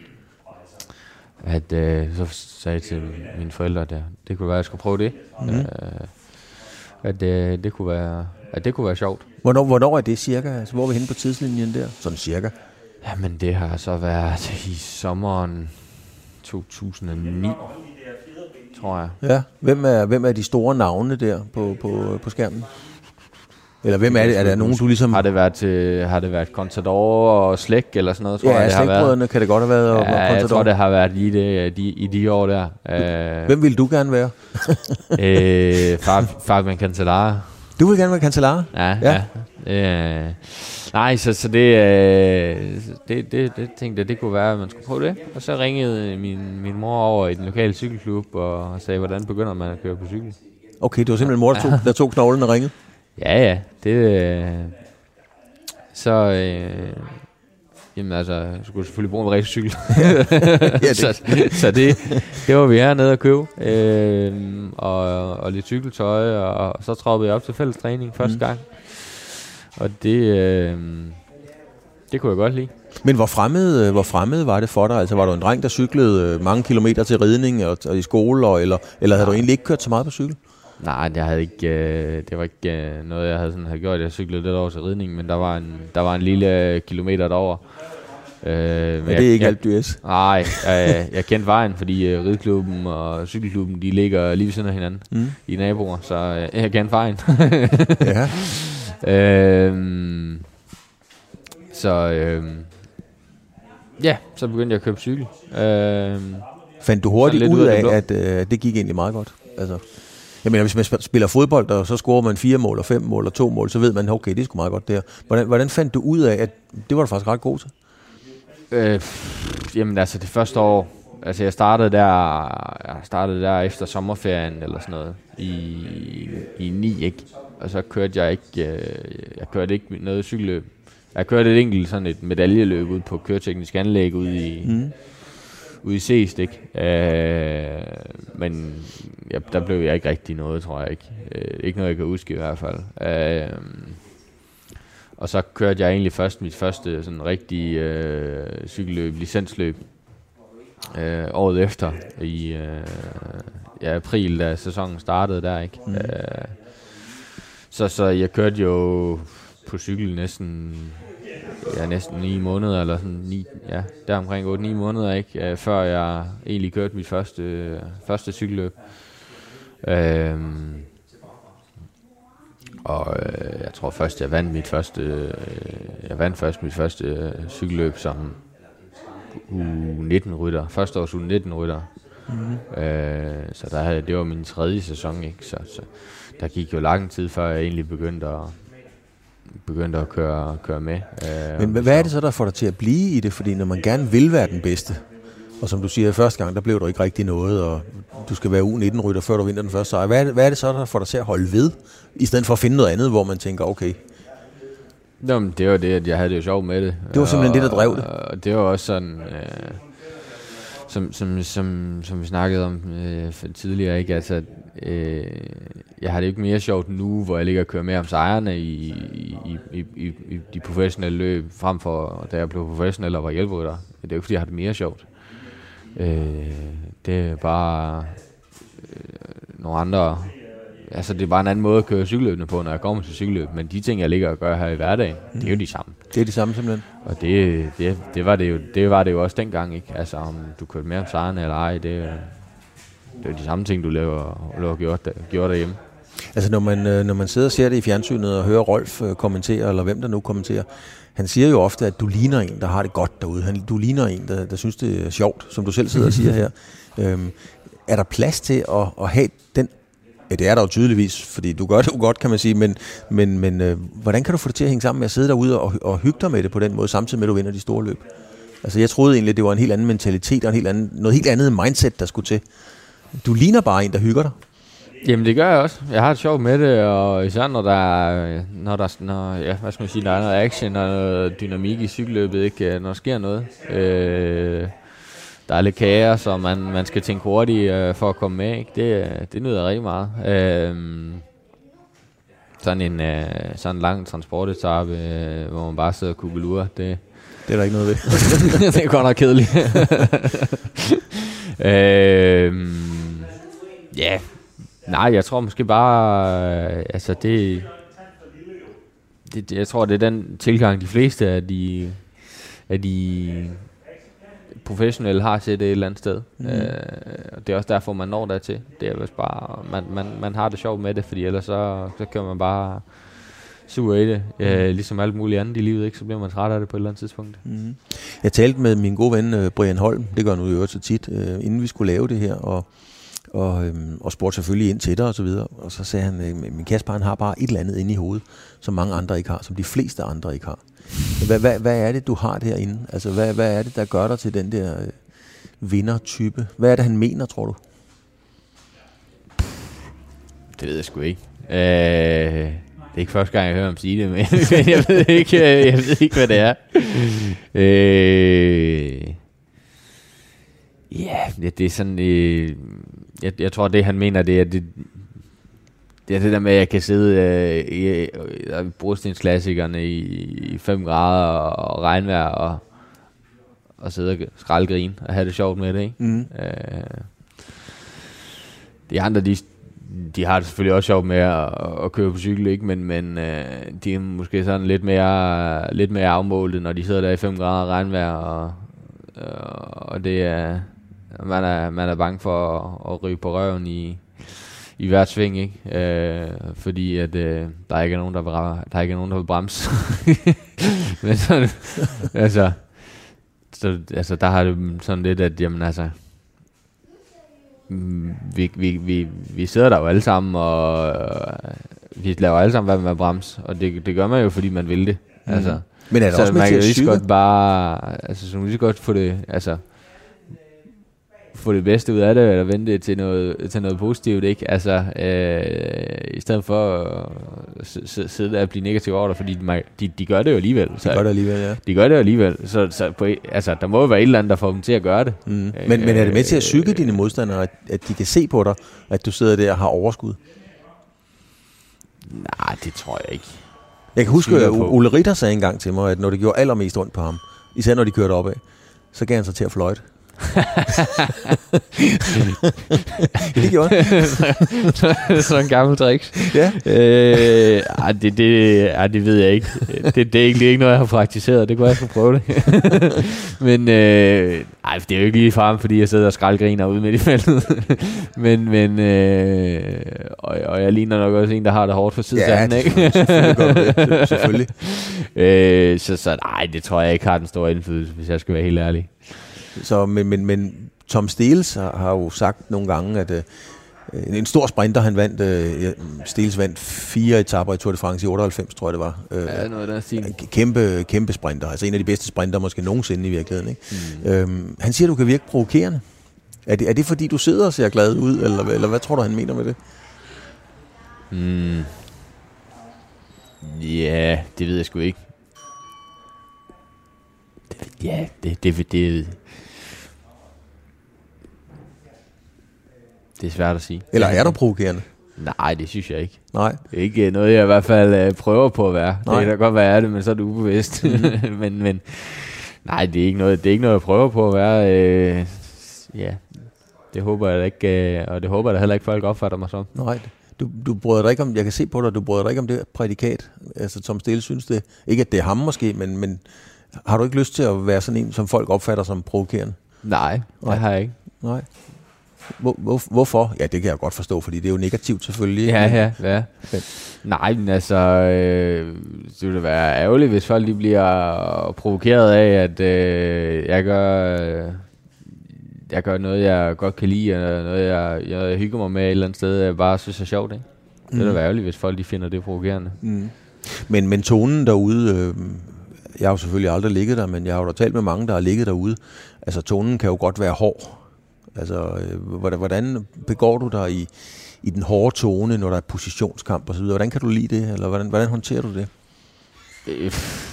at øh, så sagde jeg til mine forældre, at det kunne være, at jeg skulle prøve det. Mm-hmm. Øh, at øh, det kunne være at det kunne være sjovt. Hvornår, hvornår er det cirka? Altså, hvor er vi henne på tidslinjen der? Sådan cirka. Jamen, det har så været i sommeren to tusind og ni, tror jeg. Ja, hvem er, hvem er de store navne der på, på, på skærmen? Eller hvem er det? Er der nogen, du ligesom... Har det været, til, har det været Contador og Slæk eller sådan noget, tror ja, jeg, det har været? Ja, Slækbrødrene kan det godt have været. Og ja, Contador. Jeg tror, det har været i, det, de, i de år der. Hvem vil du gerne være? øh, Fabian Cancellara. Du vil gerne være Cancellara? Ja, ja. ja. Øh, nej, så, så det, øh, det, det, det tænkte jeg, det kunne være, at man skulle prøve det. Og så ringede min, min mor over i den lokale cykelklub og sagde, hvordan begynder man at køre på cykel? Okay, det var simpelthen mor, der tog, der tog knoglen og ringede? Ja, ja. Det, øh, så, øh, jamen altså, jeg skulle selvfølgelig bruge en racercykel. ja, det. så så det, det var vi hernede at købe. Øh, og, og lidt cykeltøj, og, og så troppede jeg op til fælles træning første mm. gang. Og det, øh, det kunne jeg godt lide. Men hvor fremmed, hvor fremmed var det for dig? Altså var du en dreng, der cyklede mange kilometer til ridning og, og i skole, og, eller, eller havde du egentlig ikke kørt så meget på cykel? Nej, det havde ikke. Øh, det var ikke øh, noget jeg havde sådan havde gjort. Jeg cyklede lidt over til ridning, men der var en der var en lille kilometer derover. Øh, men det er ikke alt dyrs. Nej, jeg, jeg kendte vejen, fordi øh, rideklubben og cykelklubben de ligger lige ved siden af hinanden mm. i naboer, så øh, jeg kendte vejen. ja. øh, så øh, ja, så begyndte jeg at købe cykel. Øh, Fandt du hurtigt ud af, at øh, det gik egentlig meget godt? Altså, jeg mener, hvis man spiller fodbold, og så scorer man fire mål, og fem mål, og to mål, så ved man, okay, det er sgu meget godt der. Hvordan, hvordan fandt du ud af, at det var du faktisk ret god til? Øh, jamen altså, det første år, altså jeg startede der, jeg startede der efter sommerferien, eller sådan noget, i, i ni, ikke? Og så kørte jeg ikke, øh, jeg kørte ikke noget cykelløb. Jeg kørte et enkelt sådan et medaljeløb ud på køreteknisk anlæg ude i... Mm. ude i Seest, ikke? Øh, men ja, der blev jeg ikke rigtig noget, tror jeg ikke. Øh, ikke noget, jeg kan huske i hvert fald. Øh, og så kørte jeg egentlig først mit første sådan rigtige øh, cykelløb, licensløb, øh, året efter, i øh, ja, april, da sæsonen startede der, ikke? Mm. Øh, så, så jeg kørte jo på cykel næsten... Ja, næsten ni måneder, eller sådan ni, ja, der omkring otte ni måneder, ikke, uh, før jeg egentlig kørte mit første, uh, første cykelløb. Um, og uh, jeg tror først, jeg vandt mit første, uh, jeg vandt først mit første uh, cykelløb som U nitten rytter, første års U nitten rytter. Mm-hmm. Uh, så der havde, det var min tredje sæson, ikke, så, så der gik jo lang tid, før jeg egentlig begyndte at begyndte at køre, køre med. Øh, Men hvad er det så, der får dig til at blive i det? Fordi når man gerne vil være den bedste, og som du siger, første gang, der blev du ikke rigtig noget, og du skal være U nitten rytter, før du vinder den første sejr. Hvad er det, hvad er det så, der får dig til at holde ved, i stedet for at finde noget andet, hvor man tænker, okay. Jamen, det var det, at jeg havde det jo sjovt med det. Det var simpelthen og, det, der drev det. Og det var også sådan... Øh, Som, som, som, som vi snakkede om øh, tidligere, ikke? Altså, øh, jeg har det ikke mere sjovt nu, hvor jeg ligger og kører mere om sejrene i, i, i, i, i de professionelle løb, frem for da jeg blev professionel og var hjælperytter. Det er jo ikke, fordi jeg har det mere sjovt. Øh, det er bare øh, nogle andre... Altså, det er bare en anden måde at køre cykelløbene på, når jeg kommer til cykelløb. Men de ting, jeg ligger og gør her i hverdagen, mm. det er jo de samme. Det er de samme simpelthen. Og det, det, det, var det, jo, det var det jo også dengang, ikke? Altså, om du kørte mere om sejrene eller ej, det, det er jo de samme ting, du laver, laver gjort, der, gjort derhjemme. Altså, når man, når man sidder og ser det i fjernsynet og hører Rolf kommentere, eller hvem der nu kommenterer, han siger jo ofte, at du ligner en, der har det godt derude. Han, du ligner en, der, der synes, det er sjovt, som du selv sidder og siger her. Øhm, er der plads til at, at have den? Ja, det er der jo tydeligvis, fordi du gør det jo godt, kan man sige, men, men, men øh, hvordan kan du få det til at hænge sammen med at sidde derude og, og hygge dig med det på den måde, samtidig med, at du vinder de store løb? Altså, jeg troede egentlig, det var en helt anden mentalitet og en helt anden, noget helt andet mindset, der skulle til. Du ligner bare en, der hygger dig. Jamen, det gør jeg også. Jeg har det sjovt med det, og især når der er, når der, når, ja, hvad skal man sige, der er noget action og noget dynamik i cykelløbet, ikke? Når der sker noget. Øh, Der er lidt kaos, så man, man skal tænke hurtigt øh, for at komme med, ikke? Det, det nyder rigtig meget. Øh, sådan en øh, sådan en lang transportetappe, øh, hvor man bare sidder og kugelure, det, det er der ikke noget ved. det er godt nok kedeligt. øh, ja, nej, jeg tror måske bare, øh, altså det, det, jeg tror, det er den tilgang, de fleste af de, af de professionelle har til det et eller andet sted. Mm. Øh, og det er også derfor, man når dertil. Det er vist bare, man, man, man har det sjovt med det, fordi ellers så, så kan man bare sur i det. Øh, ligesom alt muligt andet i livet, ikke? Så bliver man træt af det på et eller andet tidspunkt. Mm. Jeg talte med min gode ven uh, Brian Holm, det gør nu jo så tit, uh, inden vi skulle lave det her, og og, øhm, og spurgte selvfølgelig ind til dig og så videre, og så sagde han, øh, min Kasper, han har bare et eller andet inde i hovedet, som mange andre ikke har, som de fleste andre ikke har. Hvad, hvad, hvad er det, du har derinde? Altså, hvad, hvad er det, der gør dig til den der øh, vindertype? Hvad er det, han mener, tror du? Det ved jeg sgu ikke. Øh, det er ikke første gang, jeg hører ham sige det, men jeg ved ikke, jeg ved ikke hvad det er. Øh, ja, det, det er sådan... Øh, jeg, jeg tror, det han mener, det er det, det er det der med, at jeg kan sidde øh, i, i brostensklassikerne i, i fem grader og, og regnvejr og, og sidde og skraldgrine og have det sjovt med det, ikke? Mm. Øh, de andre, de, de har det selvfølgelig også sjovt med at, at køre på cykel, ikke? Men, men øh, de er måske sådan lidt mere, lidt mere afmålet, når de sidder der i fem grader regnvejr, og, og det er... Man er, man er bange for at, at ryge på røven i, i hvert sving, ikke? Øh, fordi at øh, der ikke er nogen, der vil, der ikke er nogen, der vil bremse. Men sådan, altså, så, altså, der har det sådan lidt, at jamen, altså, vi, vi, vi, vi sidder der jo alle sammen, og øh, vi laver alle sammen, hvad man vil bremse, og det, det gør man jo, fordi man vil det. Mm. Altså, men er det så også med man til kan at lige så syge? godt bare, altså, så man lige så godt få det, altså, få det bedste ud af det, eller vente det til noget, til noget positivt, ikke? Altså, øh, i stedet for at s- sidde der og blive negativ over det, fordi de, de, de gør det jo alligevel. Så, de gør det alligevel, ja. De gør det jo alligevel, så, så på, altså, der må jo være et eller andet, der får dem til at gøre det. Mm. Men, øh, men er det med til at psyke dine modstandere, at, at de kan se på dig, at du sidder der og har overskud? Nej, det tror jeg ikke. Jeg kan huske, at Ole Ritter sagde engang til mig, at når det gjorde allermest ondt på ham, især når de kørte opad, så gav han sig til at fløjte. Det gjorde han. Sådan en gammel tricks. Ja. Øh, ej, det, det, ej, det ved jeg ikke. Det, det er egentlig ikke noget, jeg har praktiseret. Det kunne jeg få prøve det. Men øh, ej, det er jo ikke lige frem, fordi jeg sidder og skraldgriner ude midt i feltet. men men øh, og, og jeg ligner nok også en, der har det hårdt for sidesanden, ja, ikke? selvfølgelig gør det. Selvfølgelig. øh, så, så nej, det tror jeg ikke har den store indflydelse, hvis jeg skal være helt ærlig. Så, men, men, men Tom Steels har, har jo sagt nogle gange, at øh, en stor sprinter, han vandt, øh, Steels vandt fire etaper i Tour de France i otteoghalvfems, tror jeg det var. Øh, ja, noget der stil. Kæmpe, kæmpe sprinter, altså en af de bedste sprinter måske nogensinde i virkeligheden. Ikke? Mm. Øhm, han siger, at du kan virke provokerende. Er det, er det fordi, du sidder og ser glad ud, eller, eller hvad tror du, han mener med det? Mm. Ja, det ved jeg sgu ikke. Det, ja, det, det, det, det, det er svært at sige. Eller er du provokerende? Nej, det synes jeg ikke. Nej. Det er ikke noget, jeg i hvert fald uh, prøver på at være. Nej. Det kan da godt være, det, men så er det ubevidst. Mm. men, men nej, det er ikke noget, det er ikke noget, jeg prøver på at være. Uh, ja, det håber jeg da ikke, uh, og det håber jeg da heller ikke, folk opfatter mig som. Nej, du, du bryder dig ikke om, jeg kan se på dig, du bryder dig ikke om det prædikat. Altså, Tom Steele synes det, ikke at det er ham måske, men, men har du ikke lyst til at være sådan en, som folk opfatter som provokerende? Nej, Nej. det har jeg ikke. Nej. Hvor, hvor, hvorfor? Ja, det kan jeg godt forstå, fordi det er jo negativt selvfølgelig. Ja, ja, ja. Men. Nej, men altså, øh, det ville være ærgerligt, hvis folk lige bliver provokeret af, at øh, jeg gør... Øh, jeg gør noget, jeg godt kan lide, og noget, jeg, jeg, jeg hygger mig med et eller andet sted, jeg bare synes er sjovt, ikke? Mm. Det ville være ærgerligt, hvis folk de finder det provokerende. Mm. Men, men tonen derude, øh, jeg har jo selvfølgelig aldrig ligget der, men jeg har jo da talt med mange, der har ligget derude. Altså, tonen kan jo godt være hård. Altså, øh, hvordan begår du dig i, i den hårde tone, når der er positionskamp og så videre? Hvordan kan du lide det, eller hvordan, hvordan håndterer du det? Øh,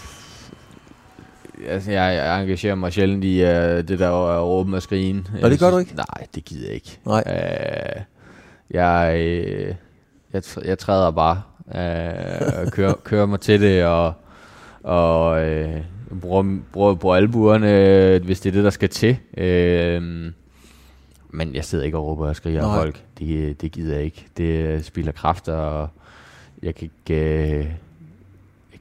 altså, jeg, jeg engagerer mig sjældent i uh, det der uh, råben og skrigen. Nå, det gør du ikke? Nej, det gider jeg ikke. Nej. Uh, jeg, uh, jeg, jeg træder bare uh, og kører, kører mig til det, og, og uh, bruger, bruger, bruger albuerne, hvis det er det, der skal til. Uh, Men jeg sidder ikke og råber og skriger af folk. Det, det gider jeg ikke. Det spilder kræfter, og jeg kan ikke, øh, jeg kan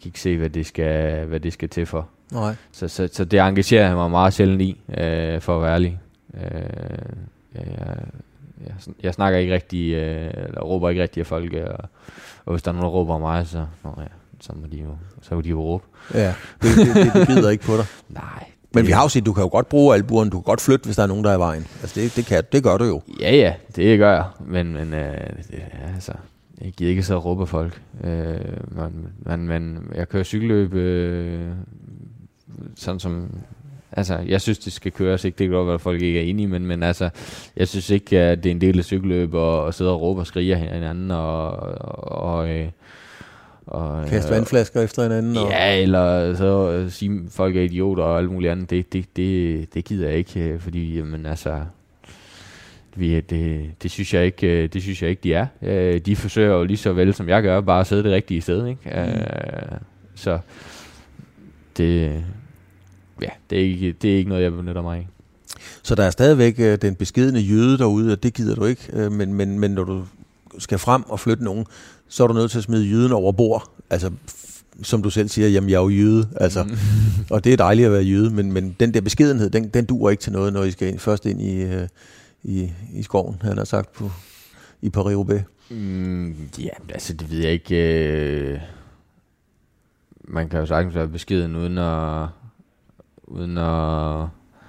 kan ikke se, hvad det skal, hvad det skal til for. Nej. Så, så, så det engagerer jeg mig meget sjældent i, øh, for at være ærlig. Øh, jeg, jeg, jeg, jeg snakker ikke rigtig, øh, eller råber ikke rigtig af folk, og, og hvis der er nogen, der råber af mig, så, nå, ja, så må de jo, så må de jo råbe. Ja, det, det, det, det bider ikke på dig. Nej. Men vi har jo set, du kan jo godt bruge albuerne, du kan godt flytte, hvis der er nogen, der er i vejen. Altså det, det, kan, det gør du jo. Ja, ja, det gør jeg. Men, men øh, det, altså, jeg gider ikke så at råbe af folk. Øh, man, man, man, jeg kører cykelløb, øh, sådan som... Altså, jeg synes, det skal køres, ikke? Det kan godt være, at folk ikke er enige, men, men altså, jeg synes ikke, at det er en del af cykelløb og, og sidde og råbe og skrige af hinanden og... og, og øh, Og, kaste vandflasker efter hinanden. Og ja, eller så øh, sige, folk er idioter og alt muligt andet. Det, det, det, det gider jeg ikke, fordi jamen, altså, vi, det, det, synes jeg ikke, det synes jeg ikke, de er. Øh, de forsøger jo lige så vel, som jeg gør, bare at sidde det rigtige sted. Ikke? Mm. Øh, så det, ja, det, er ikke, det er ikke noget, jeg benytter mig af. Så der er stadigvæk øh, den beskedne jøde derude, og det gider du ikke. Øh, men, men, men når du skal frem og flytte nogen, så er du nødt til at smide jøden over bord. Altså, f- som du selv siger, jamen jeg er jo jøde. Altså, mm. Og det er dejligt at være jøde, men, men den der beskedenhed, den, den duer ikke til noget, når I skal ind, først ind i, øh, i, i skoven, han har sagt, på, i Paris-Roubaix. Mm, ja, altså det ved jeg ikke. Øh, man kan jo sagtens være beskeden uden at... Uden at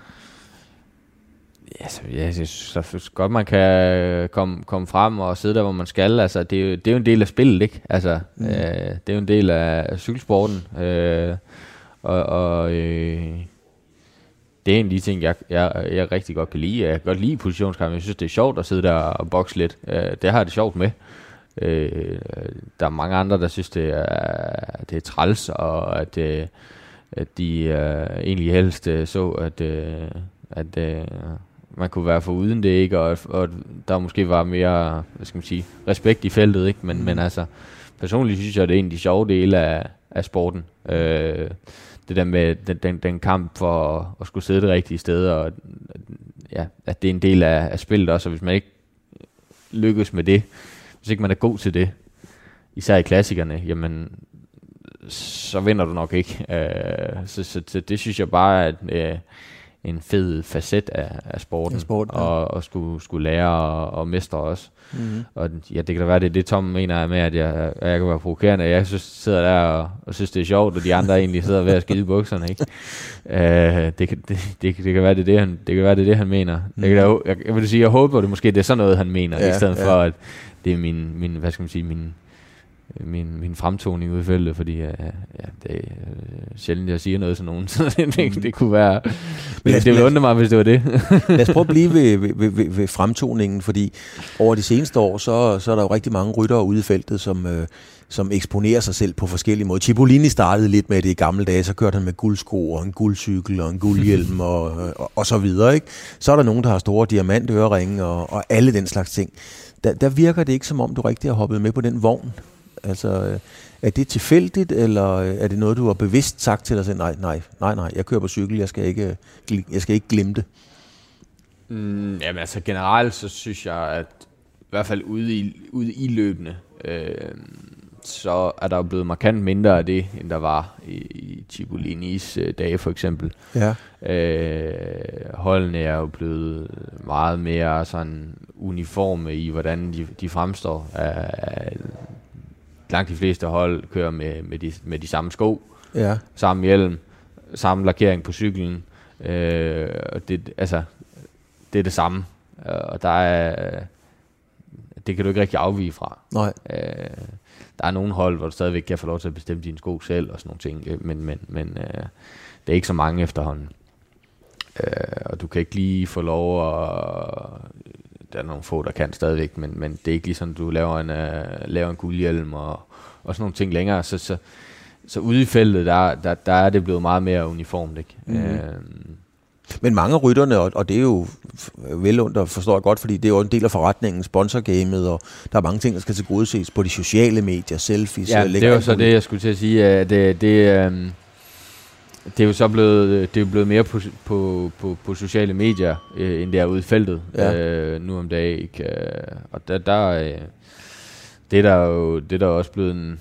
altså, jeg synes så godt, man kan komme, komme frem og sidde der, hvor man skal. Altså, det er jo, det er jo en del af spillet, ikke? Altså, mm. øh, det er jo en del af cykelsporten. Øh, og og øh, det er en af de ting, jeg, jeg, jeg rigtig godt kan lide. Jeg kan godt lide positionskamp. Jeg synes, det er sjovt at sidde der og bokse lidt. Øh, det har jeg det sjovt med. Øh, der er mange andre, der synes, det er, det er træls, og at, øh, at de øh, egentlig helst øh, så, at, øh, at øh, man kunne være for uden det, ikke, og, og der måske var mere, hvad skal man sige, respekt i feltet, ikke, men, mm. men altså, personligt synes jeg, det er en af de sjove dele af, af sporten. Øh, det der med den, den, den kamp for at, at skulle sidde det rigtige sted, og ja, at det er en del af, af spillet også, og hvis man ikke lykkes med det, hvis ikke man er god til det, især i klassikerne, jamen, så vinder du nok ikke. Øh, så, så, så det synes jeg bare er øh, en fed facet af, af sporten, sport, ja. og, og skulle, skulle lære og, og mestre også. Mm-hmm. Og ja, det kan da være, det er det, Tom mener med, at jeg, jeg kan være provokerende. Jeg synes, sidder der og, og synes, det er sjovt, og de andre egentlig sidder ved at skide i bukserne, ikke? øh, det, kan, det, det, det kan være, det er det, han, det kan være, det er det, han mener. Mm. Det kan da, jeg, jeg vil sige, jeg håber, det måske det er sådan noget, han mener, ja, i stedet ja. for, at det er min, min, hvad skal man sige, min min, min fremtoning ude i feltet, fordi ja, ja, det er øh, sjældent, jeg siger noget til nogen, så det, det, det kunne være... Men det ville undre mig, hvis det var det. Lad os prøve at blive ved, ved, ved, ved fremtoningen, fordi over de seneste år, så, så er der jo rigtig mange ryttere ude i feltet, som, øh, som eksponerer sig selv på forskellige måder. Cipollini startede lidt med det i gamle dage, så kørte han med guldsko og en guldcykel og en guldhjelm og, og, og så videre, ikke? Så er der nogen, der har store diamantøreringe og, og alle den slags ting. Der, der virker det ikke, som om du rigtig har hoppet med på den vogn. Altså, er det tilfældigt, eller er det noget, du har bevidst sagt til dig selv? Nej, nej, nej, nej, jeg kører på cykel, jeg skal ikke, jeg skal ikke glemme det. Mm, jamen altså generelt, så synes jeg, at i hvert fald ude i, ude i løbende, øh, så er der jo blevet markant mindre af det, end der var i, i Cipolinis øh, dage for eksempel. Ja. Øh, holdene er jo blevet meget mere sådan uniforme i, hvordan de, de fremstår. Øh, langt de fleste hold kører med, med, de, med de samme sko, ja. Samme hjelm, samme lakering på cyklen. Øh, og det, altså, det er det samme. Og der er, det kan du ikke rigtig afvige fra. Nej. Øh, der er nogle hold, hvor du stadigvæk kan få lov til at bestemme dine sko selv og sådan nogle ting, men, men, men øh, det er ikke så mange efterhånden. Øh, og du kan ikke lige få lov at... Der er nogle få, der kan stadigvæk, men, men det er ikke ligesom, du laver en, uh, laver en guldhjelm og, og sådan nogle ting længere. Så, så, så ude i feltet, der, der, der er det blevet meget mere uniformt, ikke? Mm-hmm. Øh, Men mange af rytterne, og, og det er jo vel under, forstår jeg godt, fordi det er jo en del af forretningen, sponsorgamet, og der er mange ting, der skal tilgodeses på de sociale medier, selfies. Ja, det er jo så det, jeg skulle til at sige. At det, det, um, det er jo så blevet, det er blevet mere på, på, på, på sociale medier, øh, end det er ude i feltet, ja. øh, nu om dagen. Ikke? Og der, der, øh, det er der jo det er der også blevet en,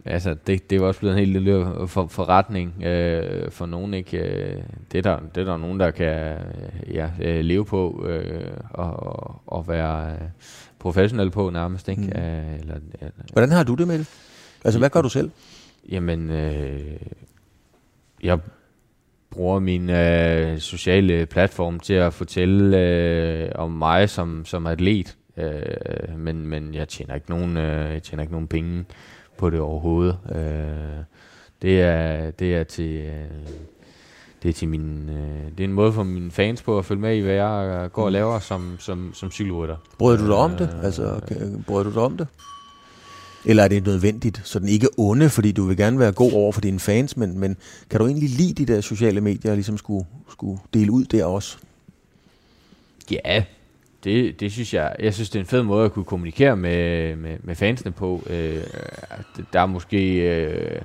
altså, det, det er også blevet en helt lille for, forretning øh, for nogen, ikke? Det er, der, det er der nogen, der kan ja, leve på øh, og, og være professionel på nærmest, ikke? Mm. Øh, eller, eller, Hvordan har du det med det? Altså, hvad gør du selv? Jamen, øh, jeg bruger min øh, sociale platform til at fortælle øh, om mig som, som atlet, øh, men, men jeg tjener ikke nogen, øh, jeg tjener ikke nogen penge på det overhovedet. Øh, det er det er til øh, det er til min øh, det er en måde for mine fans på at følge med i, hvad jeg går og laver som som som cykelrytter. Bryder du dig om det? Altså, bryder du dig om det? Eller er det nødvendigt, så den ikke onde, fordi du vil gerne være god over for dine fans, men, men kan du egentlig lide de der sociale medier, ligesom skulle, skulle dele ud der også? Ja, det, det synes jeg. Jeg synes, det er en fed måde at kunne kommunikere med, med, med fansene på. Øh, der er måske... Øh,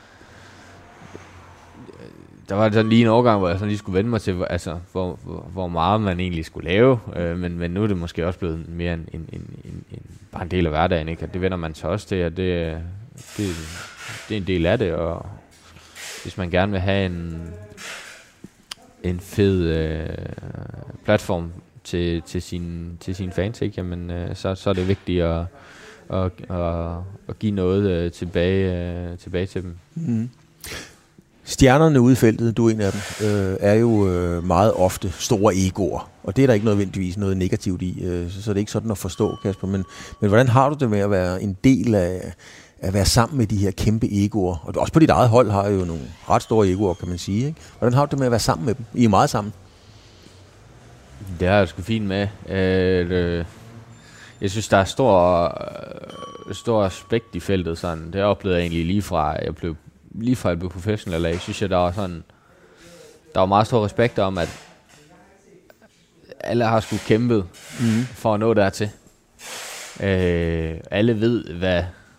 der var sådan lige en overgang, hvor jeg sådan lige skulle vende mig til, altså, hvor, hvor, hvor meget man egentlig skulle lave. Øh, men, men nu er det måske også blevet mere en, en, en, en, en bare en del af hverdagen, ikke? Og det vender man så også til, og det, det, det er en del af det. Og hvis man gerne vil have en, en fed øh, platform til, til, sin, til sine fans, ikke? Jamen, øh, så, så er det vigtigt at, at, at, at give noget øh, tilbage, øh, tilbage til dem. Mm. Stjernerne ude i feltet, du er en af dem, øh, er jo øh, meget ofte store egoer, og det er der ikke nødvendigvis noget negativt i, øh, så, så det er ikke sådan at forstå, Kasper, men, men hvordan har du det med at være en del af at være sammen med de her kæmpe egoer? Og også på dit eget hold har jo nogle ret store egoer, kan man sige, ikke? Hvordan har du det med at være sammen med dem? I er meget sammen. Det har jeg sgu fint med. Øh, jeg synes, der er stor, stor respekt i feltet, sådan. Det oplevede jeg egentlig lige fra, jeg blev lige fra jeg blev professionel, jeg synes jeg, der var sådan, der var meget stor respekt om, at alle har sgu kæmpet mm. for at nå dertil. Øh, alle ved, hvad,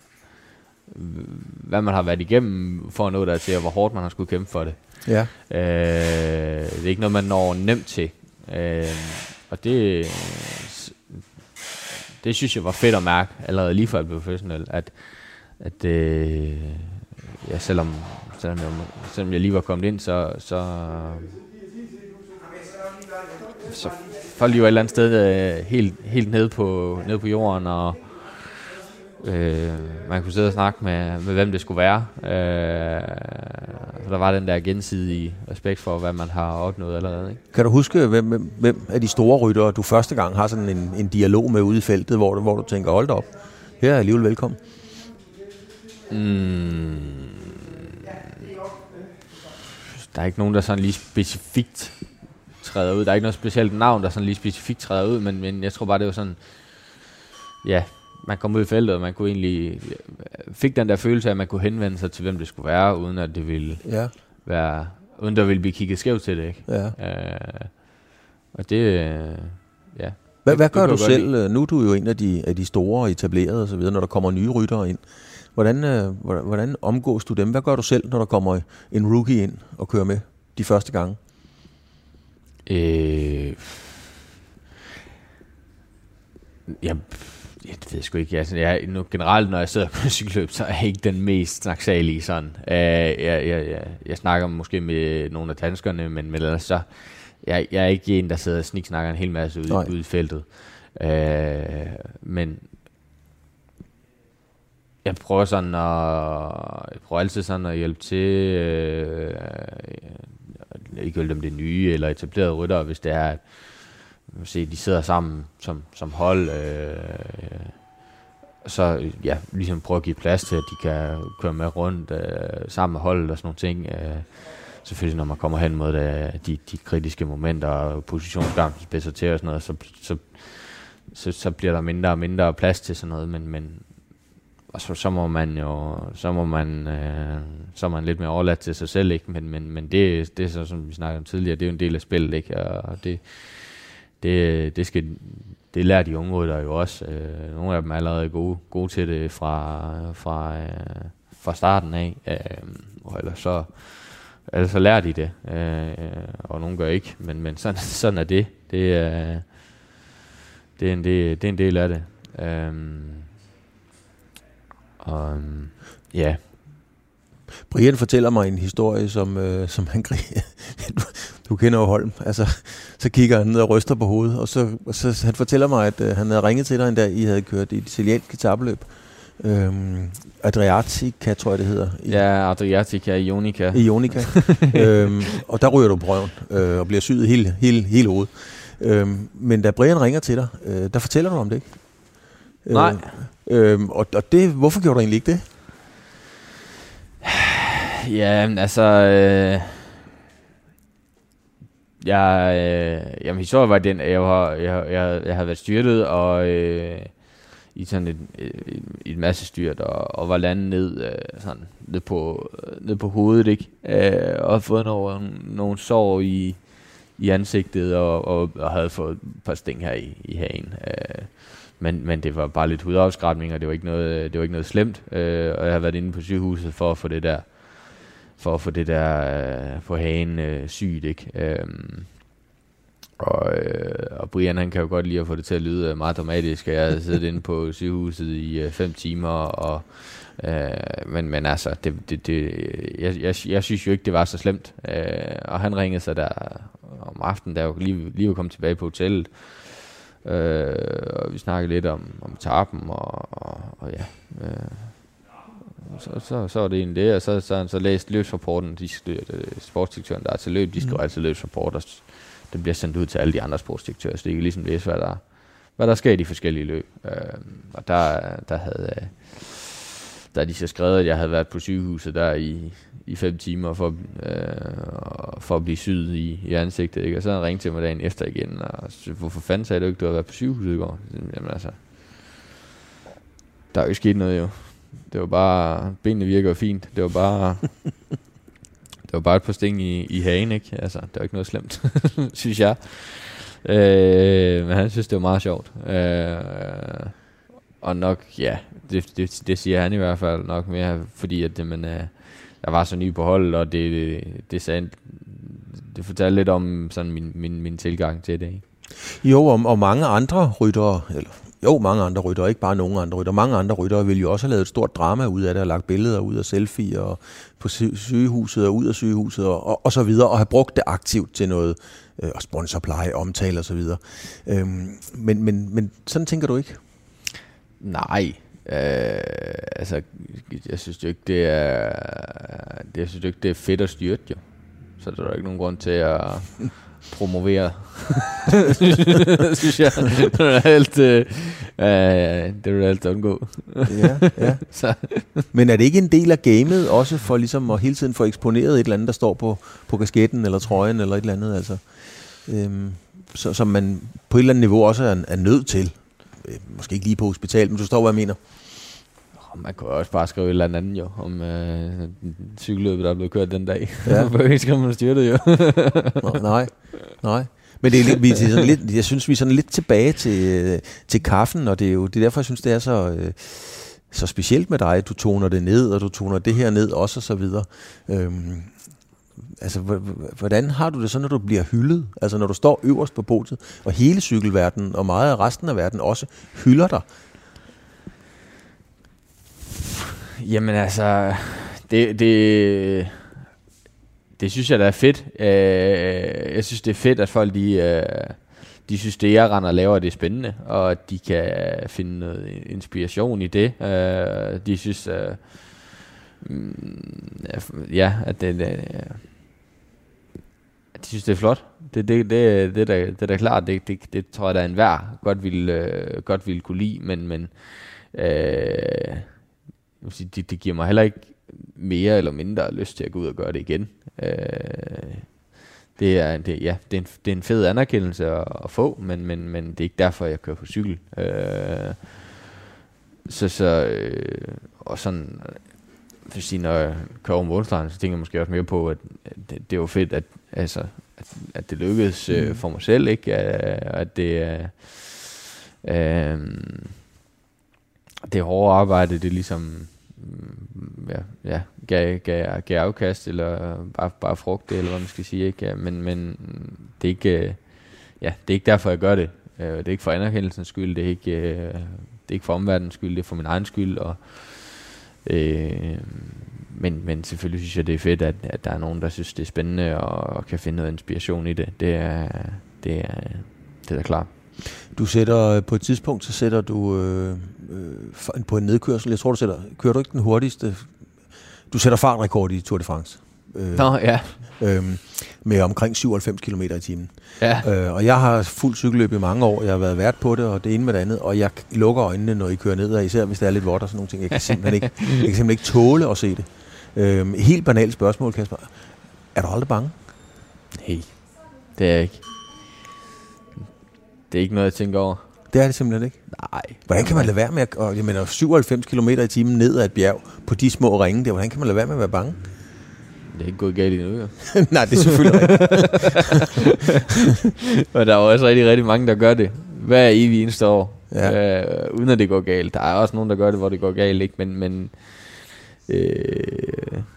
hvad man har været igennem for at nå dertil, og hvor hårdt man har skulle kæmpe for det. Ja. Øh, det er ikke noget, man når nemt til. Øh, og det, det synes jeg var fedt at mærke, allerede lige fra jeg blev professionel, at, at øh, ja, selvom, selvom, jeg, selvom jeg lige var kommet ind, så, så, så faldt de jo et eller andet sted øh, helt, helt nede, på, nede på jorden, og øh, man kunne sidde og snakke med, med hvem det skulle være. Øh, så der var den der gensidige respekt for, hvad man har opnået allerede. Ikke? Kan du huske, hvem, hvem af de store ryttere, du første gang har sådan en, en dialog med ude i feltet, hvor du, hvor du tænker, hold da op, her er alligevel velkommen? Mm. Der er ikke nogen, der sådan lige specifikt træder ud. Der er ikke noget specielt navn, der sådan lige specifikt træder ud, men, men jeg tror bare, det var sådan, ja, man kom ud i feltet, og man kunne egentlig, fik den der følelse af, at man kunne henvende sig til, hvem det skulle være, uden at det ville ja. være, uden der ville blive kigget skævt til det, ikke? Ja. Øh, og det, øh, ja. Hvad, hvad gør du selv? Lide. Nu er du jo en af de, af de store etablerede og så videre, når der kommer nye ryttere ind. Hvordan, øh, hvordan omgås du dem? Hvad gør du selv, når der kommer en rookie ind og kører med de første gange? Øh, jeg, jeg ved sgu ikke. Jeg, jeg, nu, generelt, når jeg sidder på cykelløb, så er jeg ikke den mest snaksalige sådan. Uh, jeg, jeg, jeg, jeg snakker måske med nogle af danskerne, men, men ellers så jeg, jeg er ikke en, der sidder og sniksnakker en hel masse ude, ude i feltet. Uh, men jeg prøver sådan at, jeg prøver altid sådan at hjælpe til, øh, ikke om det er nye eller etablerede ryttere, hvis det er, at se, de sidder sammen som, som hold, øh, så ja, ligesom prøve at give plads til, at de kan køre med rundt øh, sammen med holdet og sådan nogle ting. Øh, selvfølgelig når man kommer hen mod det, de, de kritiske momenter og positionskamp, spidser til og sådan noget, så, så, så, så bliver der mindre og mindre plads til sådan noget, men, men og så, så må man jo, så må man, øh, så er man lidt mere overladt til sig selv, ikke? Men, men, men det, det er så, som vi snakkede om tidligere, det er jo en del af spillet, ikke? Og det, det, det skal, det lærer de unge ryttere jo også. Øh, nogle af dem er allerede gode, gode til det fra, fra, øh, fra starten af, øh, og ellers så, ellers så lærer de det, øh, og nogle gør ikke, men, men sådan, sådan er det. Det er, det er en del, det er en del af det. Øh, Og ja, Brian fortæller mig en historie, som, øh, som han griner. du, du kender jo Holm. Altså, så kigger han ned og ryster på hovedet, og så, og så han fortæller mig, at øh, han havde ringet til dig en dag, I havde kørt et italiensk etapeløb. Øhm, Adriatica, tror jeg det hedder. I, ja, Adriatica, Ionica. Ionica. øhm, og der ryger du på røven, øh, og bliver syet hele, hele, hele hovedet. Øhm, men da Brian ringer til dig, øh, der fortæller du om det, ikke? Nej. Øh, og, og det, hvorfor gjorde du egentlig ikke det? Ja, altså... Øh, jeg, øh, jamen, historien var den, at jeg, var, jeg, jeg, jeg havde været styrtet, og... Øh, i sådan et, et, et masse styrt, og, og var landet ned, øh, sådan, ned, på, ned på hovedet, ikke? Øh, og fået nogle, nogle sår i, i ansigtet, og, og, og havde fået et par sting her i, i hagen. Øh, men, men det var bare lidt hudafskrabning, og det var ikke noget, det var ikke noget slemt. Øh, og jeg har været inde på sygehuset for at få det der, for at få det der øh, på hagen øh, sygt, ikke? Øh, Og, øh, og Brian, han kan jo godt lide at få det til at lyde meget dramatisk. Jeg havde siddet inde på sygehuset i øh, fem timer, og, øh, men, men altså, det, det, det, jeg, jeg, jeg synes jo ikke, det var så slemt. Øh, og han ringede sig der om aftenen, der jo lige, lige var kommet tilbage på hotellet. Øh, og vi snakkede lidt om, om etappen, og, og, og ja... Øh, Så, så, så var det egentlig det, og så, så har han så læst løbsrapporten. De skriver, sportsdirektøren, der er til løb, de skriver mm. altid løbsrapporter. Den bliver sendt ud til alle de andre sportsdirektører, så det kan ligesom læse, hvad der, hvad der sker i de forskellige løb. Øh, og der, der havde der de så skrevet, at jeg havde været på sygehuset der i, i fem timer for, øh, for at blive syet i, i ansigtet. Ikke? Og så havde han ringet til mig dagen efter igen, og så, hvorfor fanden sagde du ikke, du havde været på sygehuset i går? Jamen altså, der er jo ikke sket noget jo. Det var bare, benene virker jo fint. Det var bare, det var bare et par sting i, i hagen, ikke? Altså, det var ikke noget slemt, synes jeg. Øh, men han synes, det var meget sjovt. Øh, og nok, ja, det, det, det siger han i hvert fald nok mere, fordi at det, man, øh, jeg var så ny på holdet, og det, det, det, sagde, det fortalte lidt om sådan min, min, min tilgang til det, ikke? Jo, og, og mange andre ryttere, eller jo, mange andre ryttere, ikke bare nogen andre ryttere. Mange andre ryttere ville jo også have lavet et stort drama ud af det, og lagt billeder ud af selfie og på sygehuset og ud af sygehuset og, og, og så videre, og have brugt det aktivt til noget, øh, og sponsorpleje, omtale og så videre. Øhm, men, men, men sådan tænker du ikke? Nej, øh, altså, jeg synes jo ikke, det er, det, jeg synes jo ikke, det er fedt at styrte, jo. Så der er ikke nogen grund til at promovere, synes jeg. Det er alt, øh, det er alt undgå. Ja, ja. Så. Men er det ikke en del af gamet også for ligesom at hele tiden få eksponeret et eller andet, der står på, på kasketten eller trøjen eller et eller andet, altså, øhm, så, som man på et eller andet niveau også er, er nødt til? Måske ikke lige på hospital, men du forstår, hvad jeg mener. Man kunne også bare skrive et eller andet jo, om øh, cykelløbet, der er blevet kørt den dag. Ja. For ikke skal man styre det jo. Nå, nej, nej. Men det er lidt, vi er sådan lidt, jeg synes, vi er sådan lidt tilbage til, til kaffen, og det er jo det er derfor, jeg synes, det er så, øh, så specielt med dig. Du toner det ned, og du toner det her ned også, og så videre. Øhm, altså, hvordan har du det så, når du bliver hyldet? Altså, når du står øverst på podiet, og hele cykelverdenen, og meget af resten af verden også hylder dig? Jamen altså, det, det, det synes jeg da er fedt. Jeg synes, det er fedt, at folk de, de synes, det jeg render og laver, det er spændende, og at de kan finde noget inspiration i det. De synes, ja, at det, de synes, det er flot. Det, det, det, det, det, det er da klart, det, det, det tror jeg, der er enhver godt ville, godt ville kunne lide, men, men øh, Det, det giver mig heller ikke mere eller mindre lyst til at gå ud og gøre det igen. Øh, det, er, det, ja, det, er en, det er en fed anerkendelse at, at få, men, men, men det er ikke derfor, jeg kører på cykel. Øh, så, så, øh, og sådan, for sige, når jeg kører over målstregen, så tænker jeg måske også mere på, at det, det er jo fedt, at, altså, at, at det lykkedes øh, for mig selv, ikke? At det er... Øh, det hårde arbejde, det er ligesom ja, ja, gav, gav, gav afkast, eller bare, bare frugt, eller hvad man skal sige, ikke? Ja, men, men det er ikke, ja, det er ikke derfor, jeg gør det. Det er ikke for anerkendelsens skyld, det er ikke, det er ikke for omverdenens skyld, det er for min egen skyld, og øh, men, men selvfølgelig synes jeg, det er fedt, at, at der er nogen, der synes, det er spændende og, og kan finde noget inspiration i det. Det er, det er, det er da klart. Du sætter på et tidspunkt, så sætter du øh, øh, på en nedkørsel. Jeg tror, du sætter, kører du ikke den hurtigste? Du sætter fartrekord i Tour de France. Øh, Nå, ja. Øh, med omkring syvoghalvfems kilometer i timen. Ja. Øh, og jeg har fuldt cykelløb i mange år. Jeg har været vært på det, og det ene med det andet. Og jeg lukker øjnene, når I kører nedad, især hvis det er lidt vådt og sådan nogle ting. Jeg kan simpelthen ikke, jeg kan simpelthen ikke tåle at se det. Øh, helt banalt spørgsmål, Kasper. Er du aldrig bange? Nej, det er jeg ikke. Det er ikke noget, jeg tænker over. Det er det simpelthen ikke? Nej. Hvordan kan man lade være med at... Og jeg mener, syvoghalvfems kilometer i timen ned ad et bjerg på de små ringe der. Hvordan kan man lade være med at være bange? Det er ikke gået galt endnu, jo. Nej, det er selvfølgelig rigtigt. Og der er også rigtig, rigtig mange, der gør det. Hver evig eneste år. Ja. Øh, uden at det går galt. Der er også nogen, der gør det, hvor det går galt, ikke? Men... men øh,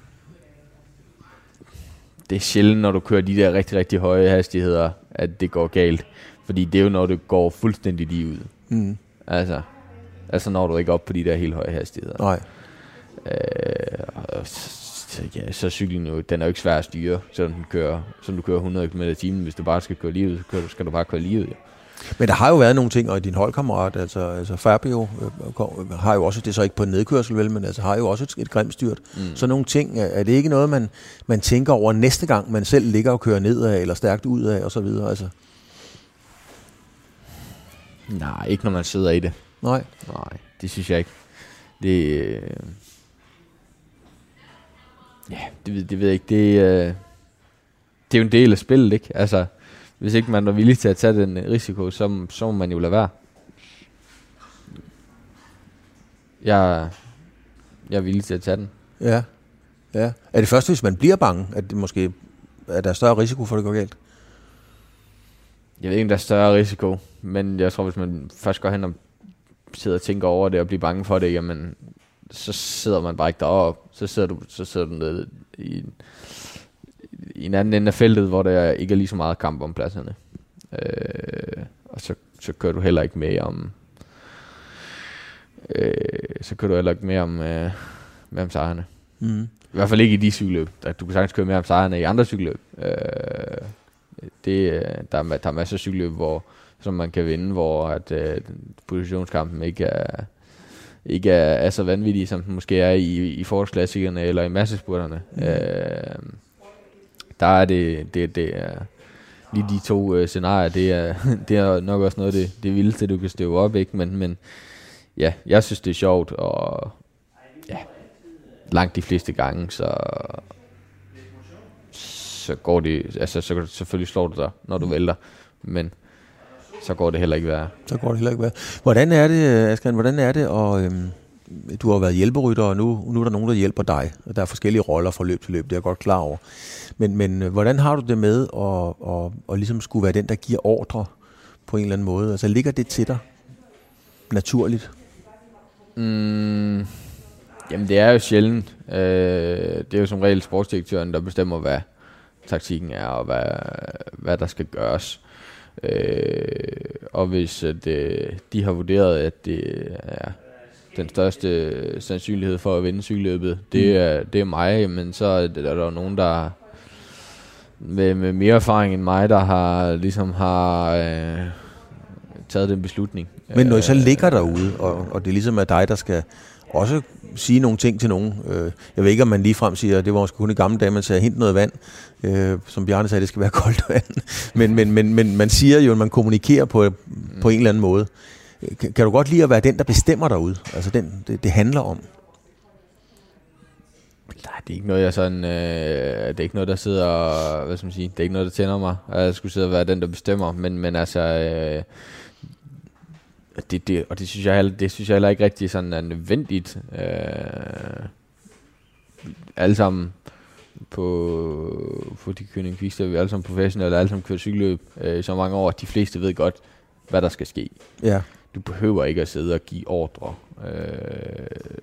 det er sjældent, når du kører de der rigtig, rigtig høje hastigheder, at det går galt. Fordi det er jo, når det går fuldstændig lige ud. Mm. Altså, altså når du ikke op på de der helt høje hastigheder. Nej. Øh, så, ja, så cyklen jo, den er jo ikke svær at styre, selvom den kører, som du kører hundrede kilometer i timen. Hvis du bare skal køre lige ud, så kører, skal du bare køre lige ud. Ja. Men der har jo været nogle ting, og din holdkammerat, altså, altså Fabio, øh, har jo også, det er så ikke på en nedkørsel vel, men altså har jo også et, et grimt styrt. Mm. Så nogle ting, er det ikke noget, man, man tænker over næste gang, man selv ligger og kører nedad, eller stærkt udad, og så videre, altså? Nej, ikke når man sidder i det. Nej. Nej, det synes jeg ikke. Det, øh, ja, det, det ved jeg ikke. Det, øh, det er jo en del af spillet, ikke? Altså, hvis ikke man er villig til at tage den risiko, så, så må man jo lade være. Jeg, jeg er villig til at tage den. Ja. Ja. Er det først, hvis man bliver bange, at det måske er der større risiko for, at det går galt? Jeg ved ikke, om der er større risiko, men jeg tror, hvis man først går hen og sidder og tænker over det og bliver bange for det, jamen, så sidder man bare ikke deroppe. Så sidder du, så sidder du nede i, i en anden ende af feltet, hvor der ikke er lige så meget kamp om pladserne. Øh, og så, så kører du heller ikke med om... Øh, så kører du heller ikke med om, øh, med om sejrene. Mm. I hvert fald ikke i de cykelløb. Du kan sagtens køre med om sejrene i andre cykelløb. Øh, Det, der, er, der er masser af cykelløb, hvor, som man kan vinde, hvor at, uh, positionskampen ikke er, ikke er, er så vanvittig, som den måske er i, i forårsklassikerne eller i massespurterne. Mm. Uh, der er det, det, det er lige de to uh, scenarier, det er, det er nok også noget af det, det vildeste, du kan støve op, ikke? Men, men ja, jeg synes, det er sjovt, og ja, langt de fleste gange, så... så går det, altså så selvfølgelig slår du dig, når du vælter, men så går det heller ikke værre. Så går det heller ikke værre. Hvordan er det, Asger, hvordan er det, og øhm, du har været hjælperytter, og nu, nu er der nogen, der hjælper dig, og der er forskellige roller fra løb til løb, det er jeg godt klar over. Men, men hvordan har du det med at, at, at ligesom skulle være den, der giver ordre på en eller anden måde? Altså ligger det til dig naturligt? Mm, jamen det er jo sjældent. Øh, det er jo som regel sportsdirektøren, der bestemmer, hvad taktikken er, og hvad, hvad der skal gøres. Øh, og hvis at, øh, de har vurderet, at det er den største sandsynlighed for at vinde cykelløbet, det er, det er mig, men så er der, der er nogen, der med, med mere erfaring end mig, der har ligesom har øh, taget den beslutning. Men når I så ligger derude, og, og det ligesom er dig, der skal også sige nogle ting til nogen. Jeg ved ikke, om man ligefrem siger, at det var måske kun i gamle dage, man sagde, hent noget vand. Som Bjarne sagde, det skal være koldt vand. Men, men, men, men man siger jo, at man kommunikerer på, på en eller anden måde. Kan, kan du godt lide at være den, der bestemmer derude? Altså den, det, det handler om. Nej, det er ikke noget, jeg sådan... Øh, det er ikke noget, der sidder... Hvad skal man sige? Det er ikke noget, der tænder mig, at jeg skulle sidde og være den, der bestemmer. Men, men altså... Øh, Det, det, og det synes jeg heller, det synes jeg heller ikke rigtig sådan er nødvendigt. Øh, alle sammen på, på de kønningsvister, vi er alle sammen professionelle, alle sammen kører cykelløb øh, i så mange år. De fleste ved godt, hvad der skal ske. Ja. Du behøver ikke at sidde og give ordre. Øh,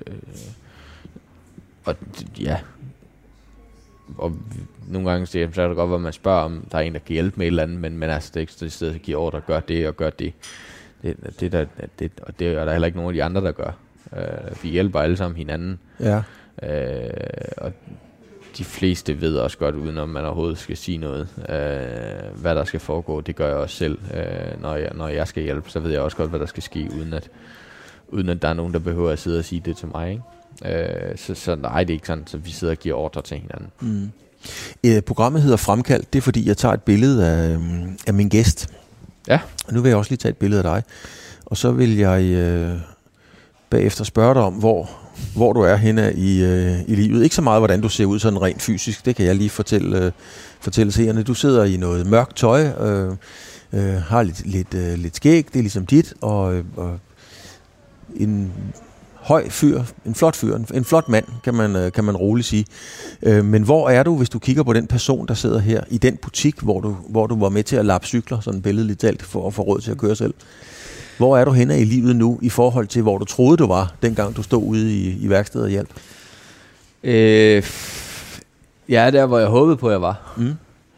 og ja, og nogle gange så er det godt, at man spørger, om der er en, der kan hjælpe med et eller andet, men, men altså, det er ikke så stedet at give ordre, gør det og gør det. Det, det, der, det, og det er der heller ikke nogen af de andre, der gør. Uh, vi hjælper alle sammen hinanden. Ja. Øh, og de fleste ved også godt, uden om man overhovedet skal sige noget, øh, hvad der skal foregå. Det gør jeg også selv. Øh, når, jeg, når jeg skal hjælpe, så ved jeg også godt, hvad der skal ske, uden at, uden at der er nogen, der behøver at sidde og sige det til mig. Ikke? Øh, så, så nej, det er ikke sådan, så vi sidder og giver ordre til hinanden. Mm. Øh, programmet hedder Fremkaldt. Det er fordi, jeg tager et billede af, af min gæst. Ja. Og nu vil jeg også lige tage et billede af dig. Og så vil jeg øh, bagefter spørge dig om, hvor, hvor du er henne i, øh, i livet. Ikke så meget, hvordan du ser ud sådan rent fysisk. Det kan jeg lige fortælle, øh, fortælle seerne. Du sidder i noget mørkt tøj, øh, øh, har lidt, lidt, øh, lidt skæg, det er ligesom dit, og, øh, og en høj fyr, en flot fyr, en, en flot mand, kan man, øh, kan man roligt sige. Øh, men hvor er du, hvis du kigger på den person, der sidder her i den butik, hvor du, hvor du var med til at lappe cykler, sådan billedligt talt, for at få råd til at køre selv? Hvor er du henne i livet nu, i forhold til, hvor du troede, du var, dengang du stod ude i, i værkstedet og hjalp? Øh, ja, der hvor jeg håbede på, jeg var. Mm.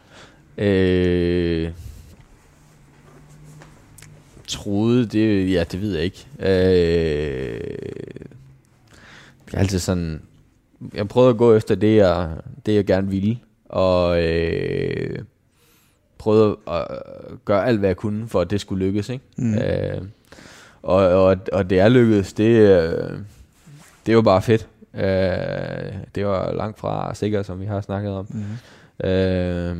Øh, troede, det, ja, det ved jeg ikke. Øh, jeg er altid sådan, jeg prøvede at gå efter det, jeg, det, jeg gerne ville, og øh, prøvede at gøre alt, hvad jeg kunne, for at det skulle lykkes, ikke? Mm. Øh, og, og, og det er lykkedes, det, øh, det er jo bare fedt. Øh, det var langt fra sikkert, som vi har snakket om. Mm. Øh,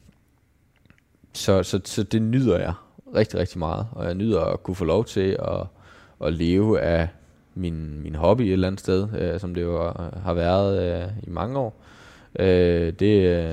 så, så, så det nyder jeg rigtig, rigtig meget, og jeg nyder at kunne få lov til at, at leve af min, min hobby et eller andet sted, øh, som det jo har været øh, i mange år. Øh, det, øh,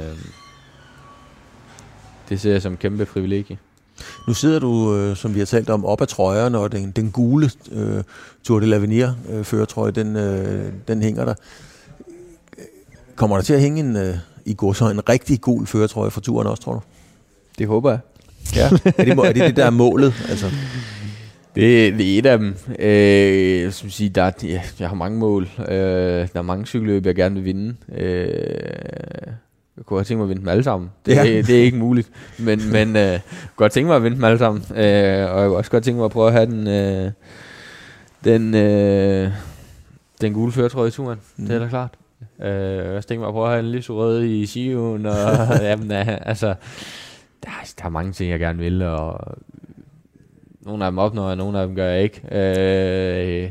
det ser jeg som en kæmpe privilegie. Nu sidder du, øh, som vi har talt om, op ad trøjerne, og den, den gule øh, Tour de l'Avenir øh, førertrøje, den, øh, den hænger der. Kommer der til at hænge en, øh, i går så en rigtig gul førertrøje for turen også, tror du? Det håber jeg. Ja. Er, det, er det det, der er målet? Altså? Det, det er et af dem. Øh, jeg, sige, der er, ja, jeg har mange mål. Øh, der er mange cykelløb, jeg gerne vil vinde. Øh, jeg kunne have tænkt mig at vinde dem alle sammen. Det, ja. det, det er ikke muligt. Men, men øh, jeg kunne godt tænke mig at vinde dem alle sammen. Øh, og jeg kunne også godt tænke mig at prøve at have den, øh, den, øh, den gule førertrøje i turen. Mm. Det er da klart. Øh, jeg har også tænkt mig at prøve at have en lyserød i Sion. Og, jamen, altså, der, der er mange ting, jeg gerne vil. Og nogle af dem opnår jeg, nogle af dem gør jeg ikke. Øh,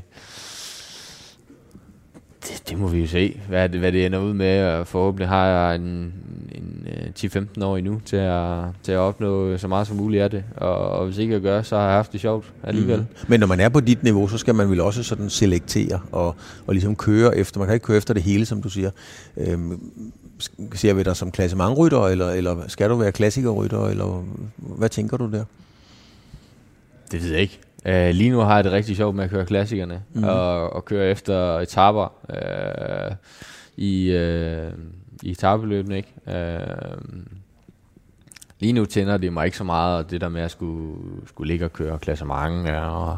det, det må vi jo se, hvad det, hvad det ender ud med. Og forhåbentlig har jeg en, en ti til femten år endnu til at, til at opnå så meget som muligt af det. Og, og hvis ikke jeg gør, så har jeg haft det sjovt alligevel. Mm. Men når man er på dit niveau, så skal man vel også sådan selektere og, og ligesom køre efter. Man kan ikke køre efter det hele, som du siger. Øhm, ser vi dig som klassementrytter, eller, eller skal du være klassikerrytter, eller hvad tænker du der? Det ved jeg ikke. Uh, lige nu har jeg det rigtig sjovt med at køre klassikerne, mm. og, og køre efter etaper uh, i, uh, i etapeløbene, ikke? Uh, lige nu tænder det mig ikke så meget, og det der med at skulle, skulle ligge og køre klassement, og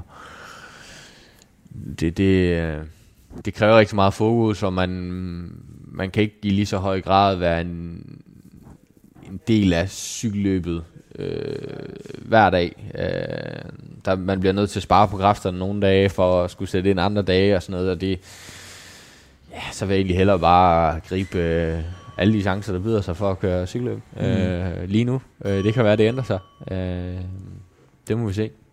det, det, det kræver rigtig meget fokus, og man, man kan ikke i lige så høj grad være en, en del af cykelløbet øh, hver dag. Øh, der, man bliver nødt til at spare på kræfterne nogle dage, for at skulle sætte ind andre dage og sådan noget, og det, ja, så vil jeg egentlig hellere bare gribe øh, alle de chancer, der byder sig for at køre cykelløb mm. øh, lige nu. Øh, det kan være, det ændrer sig. Øh, det må vi se.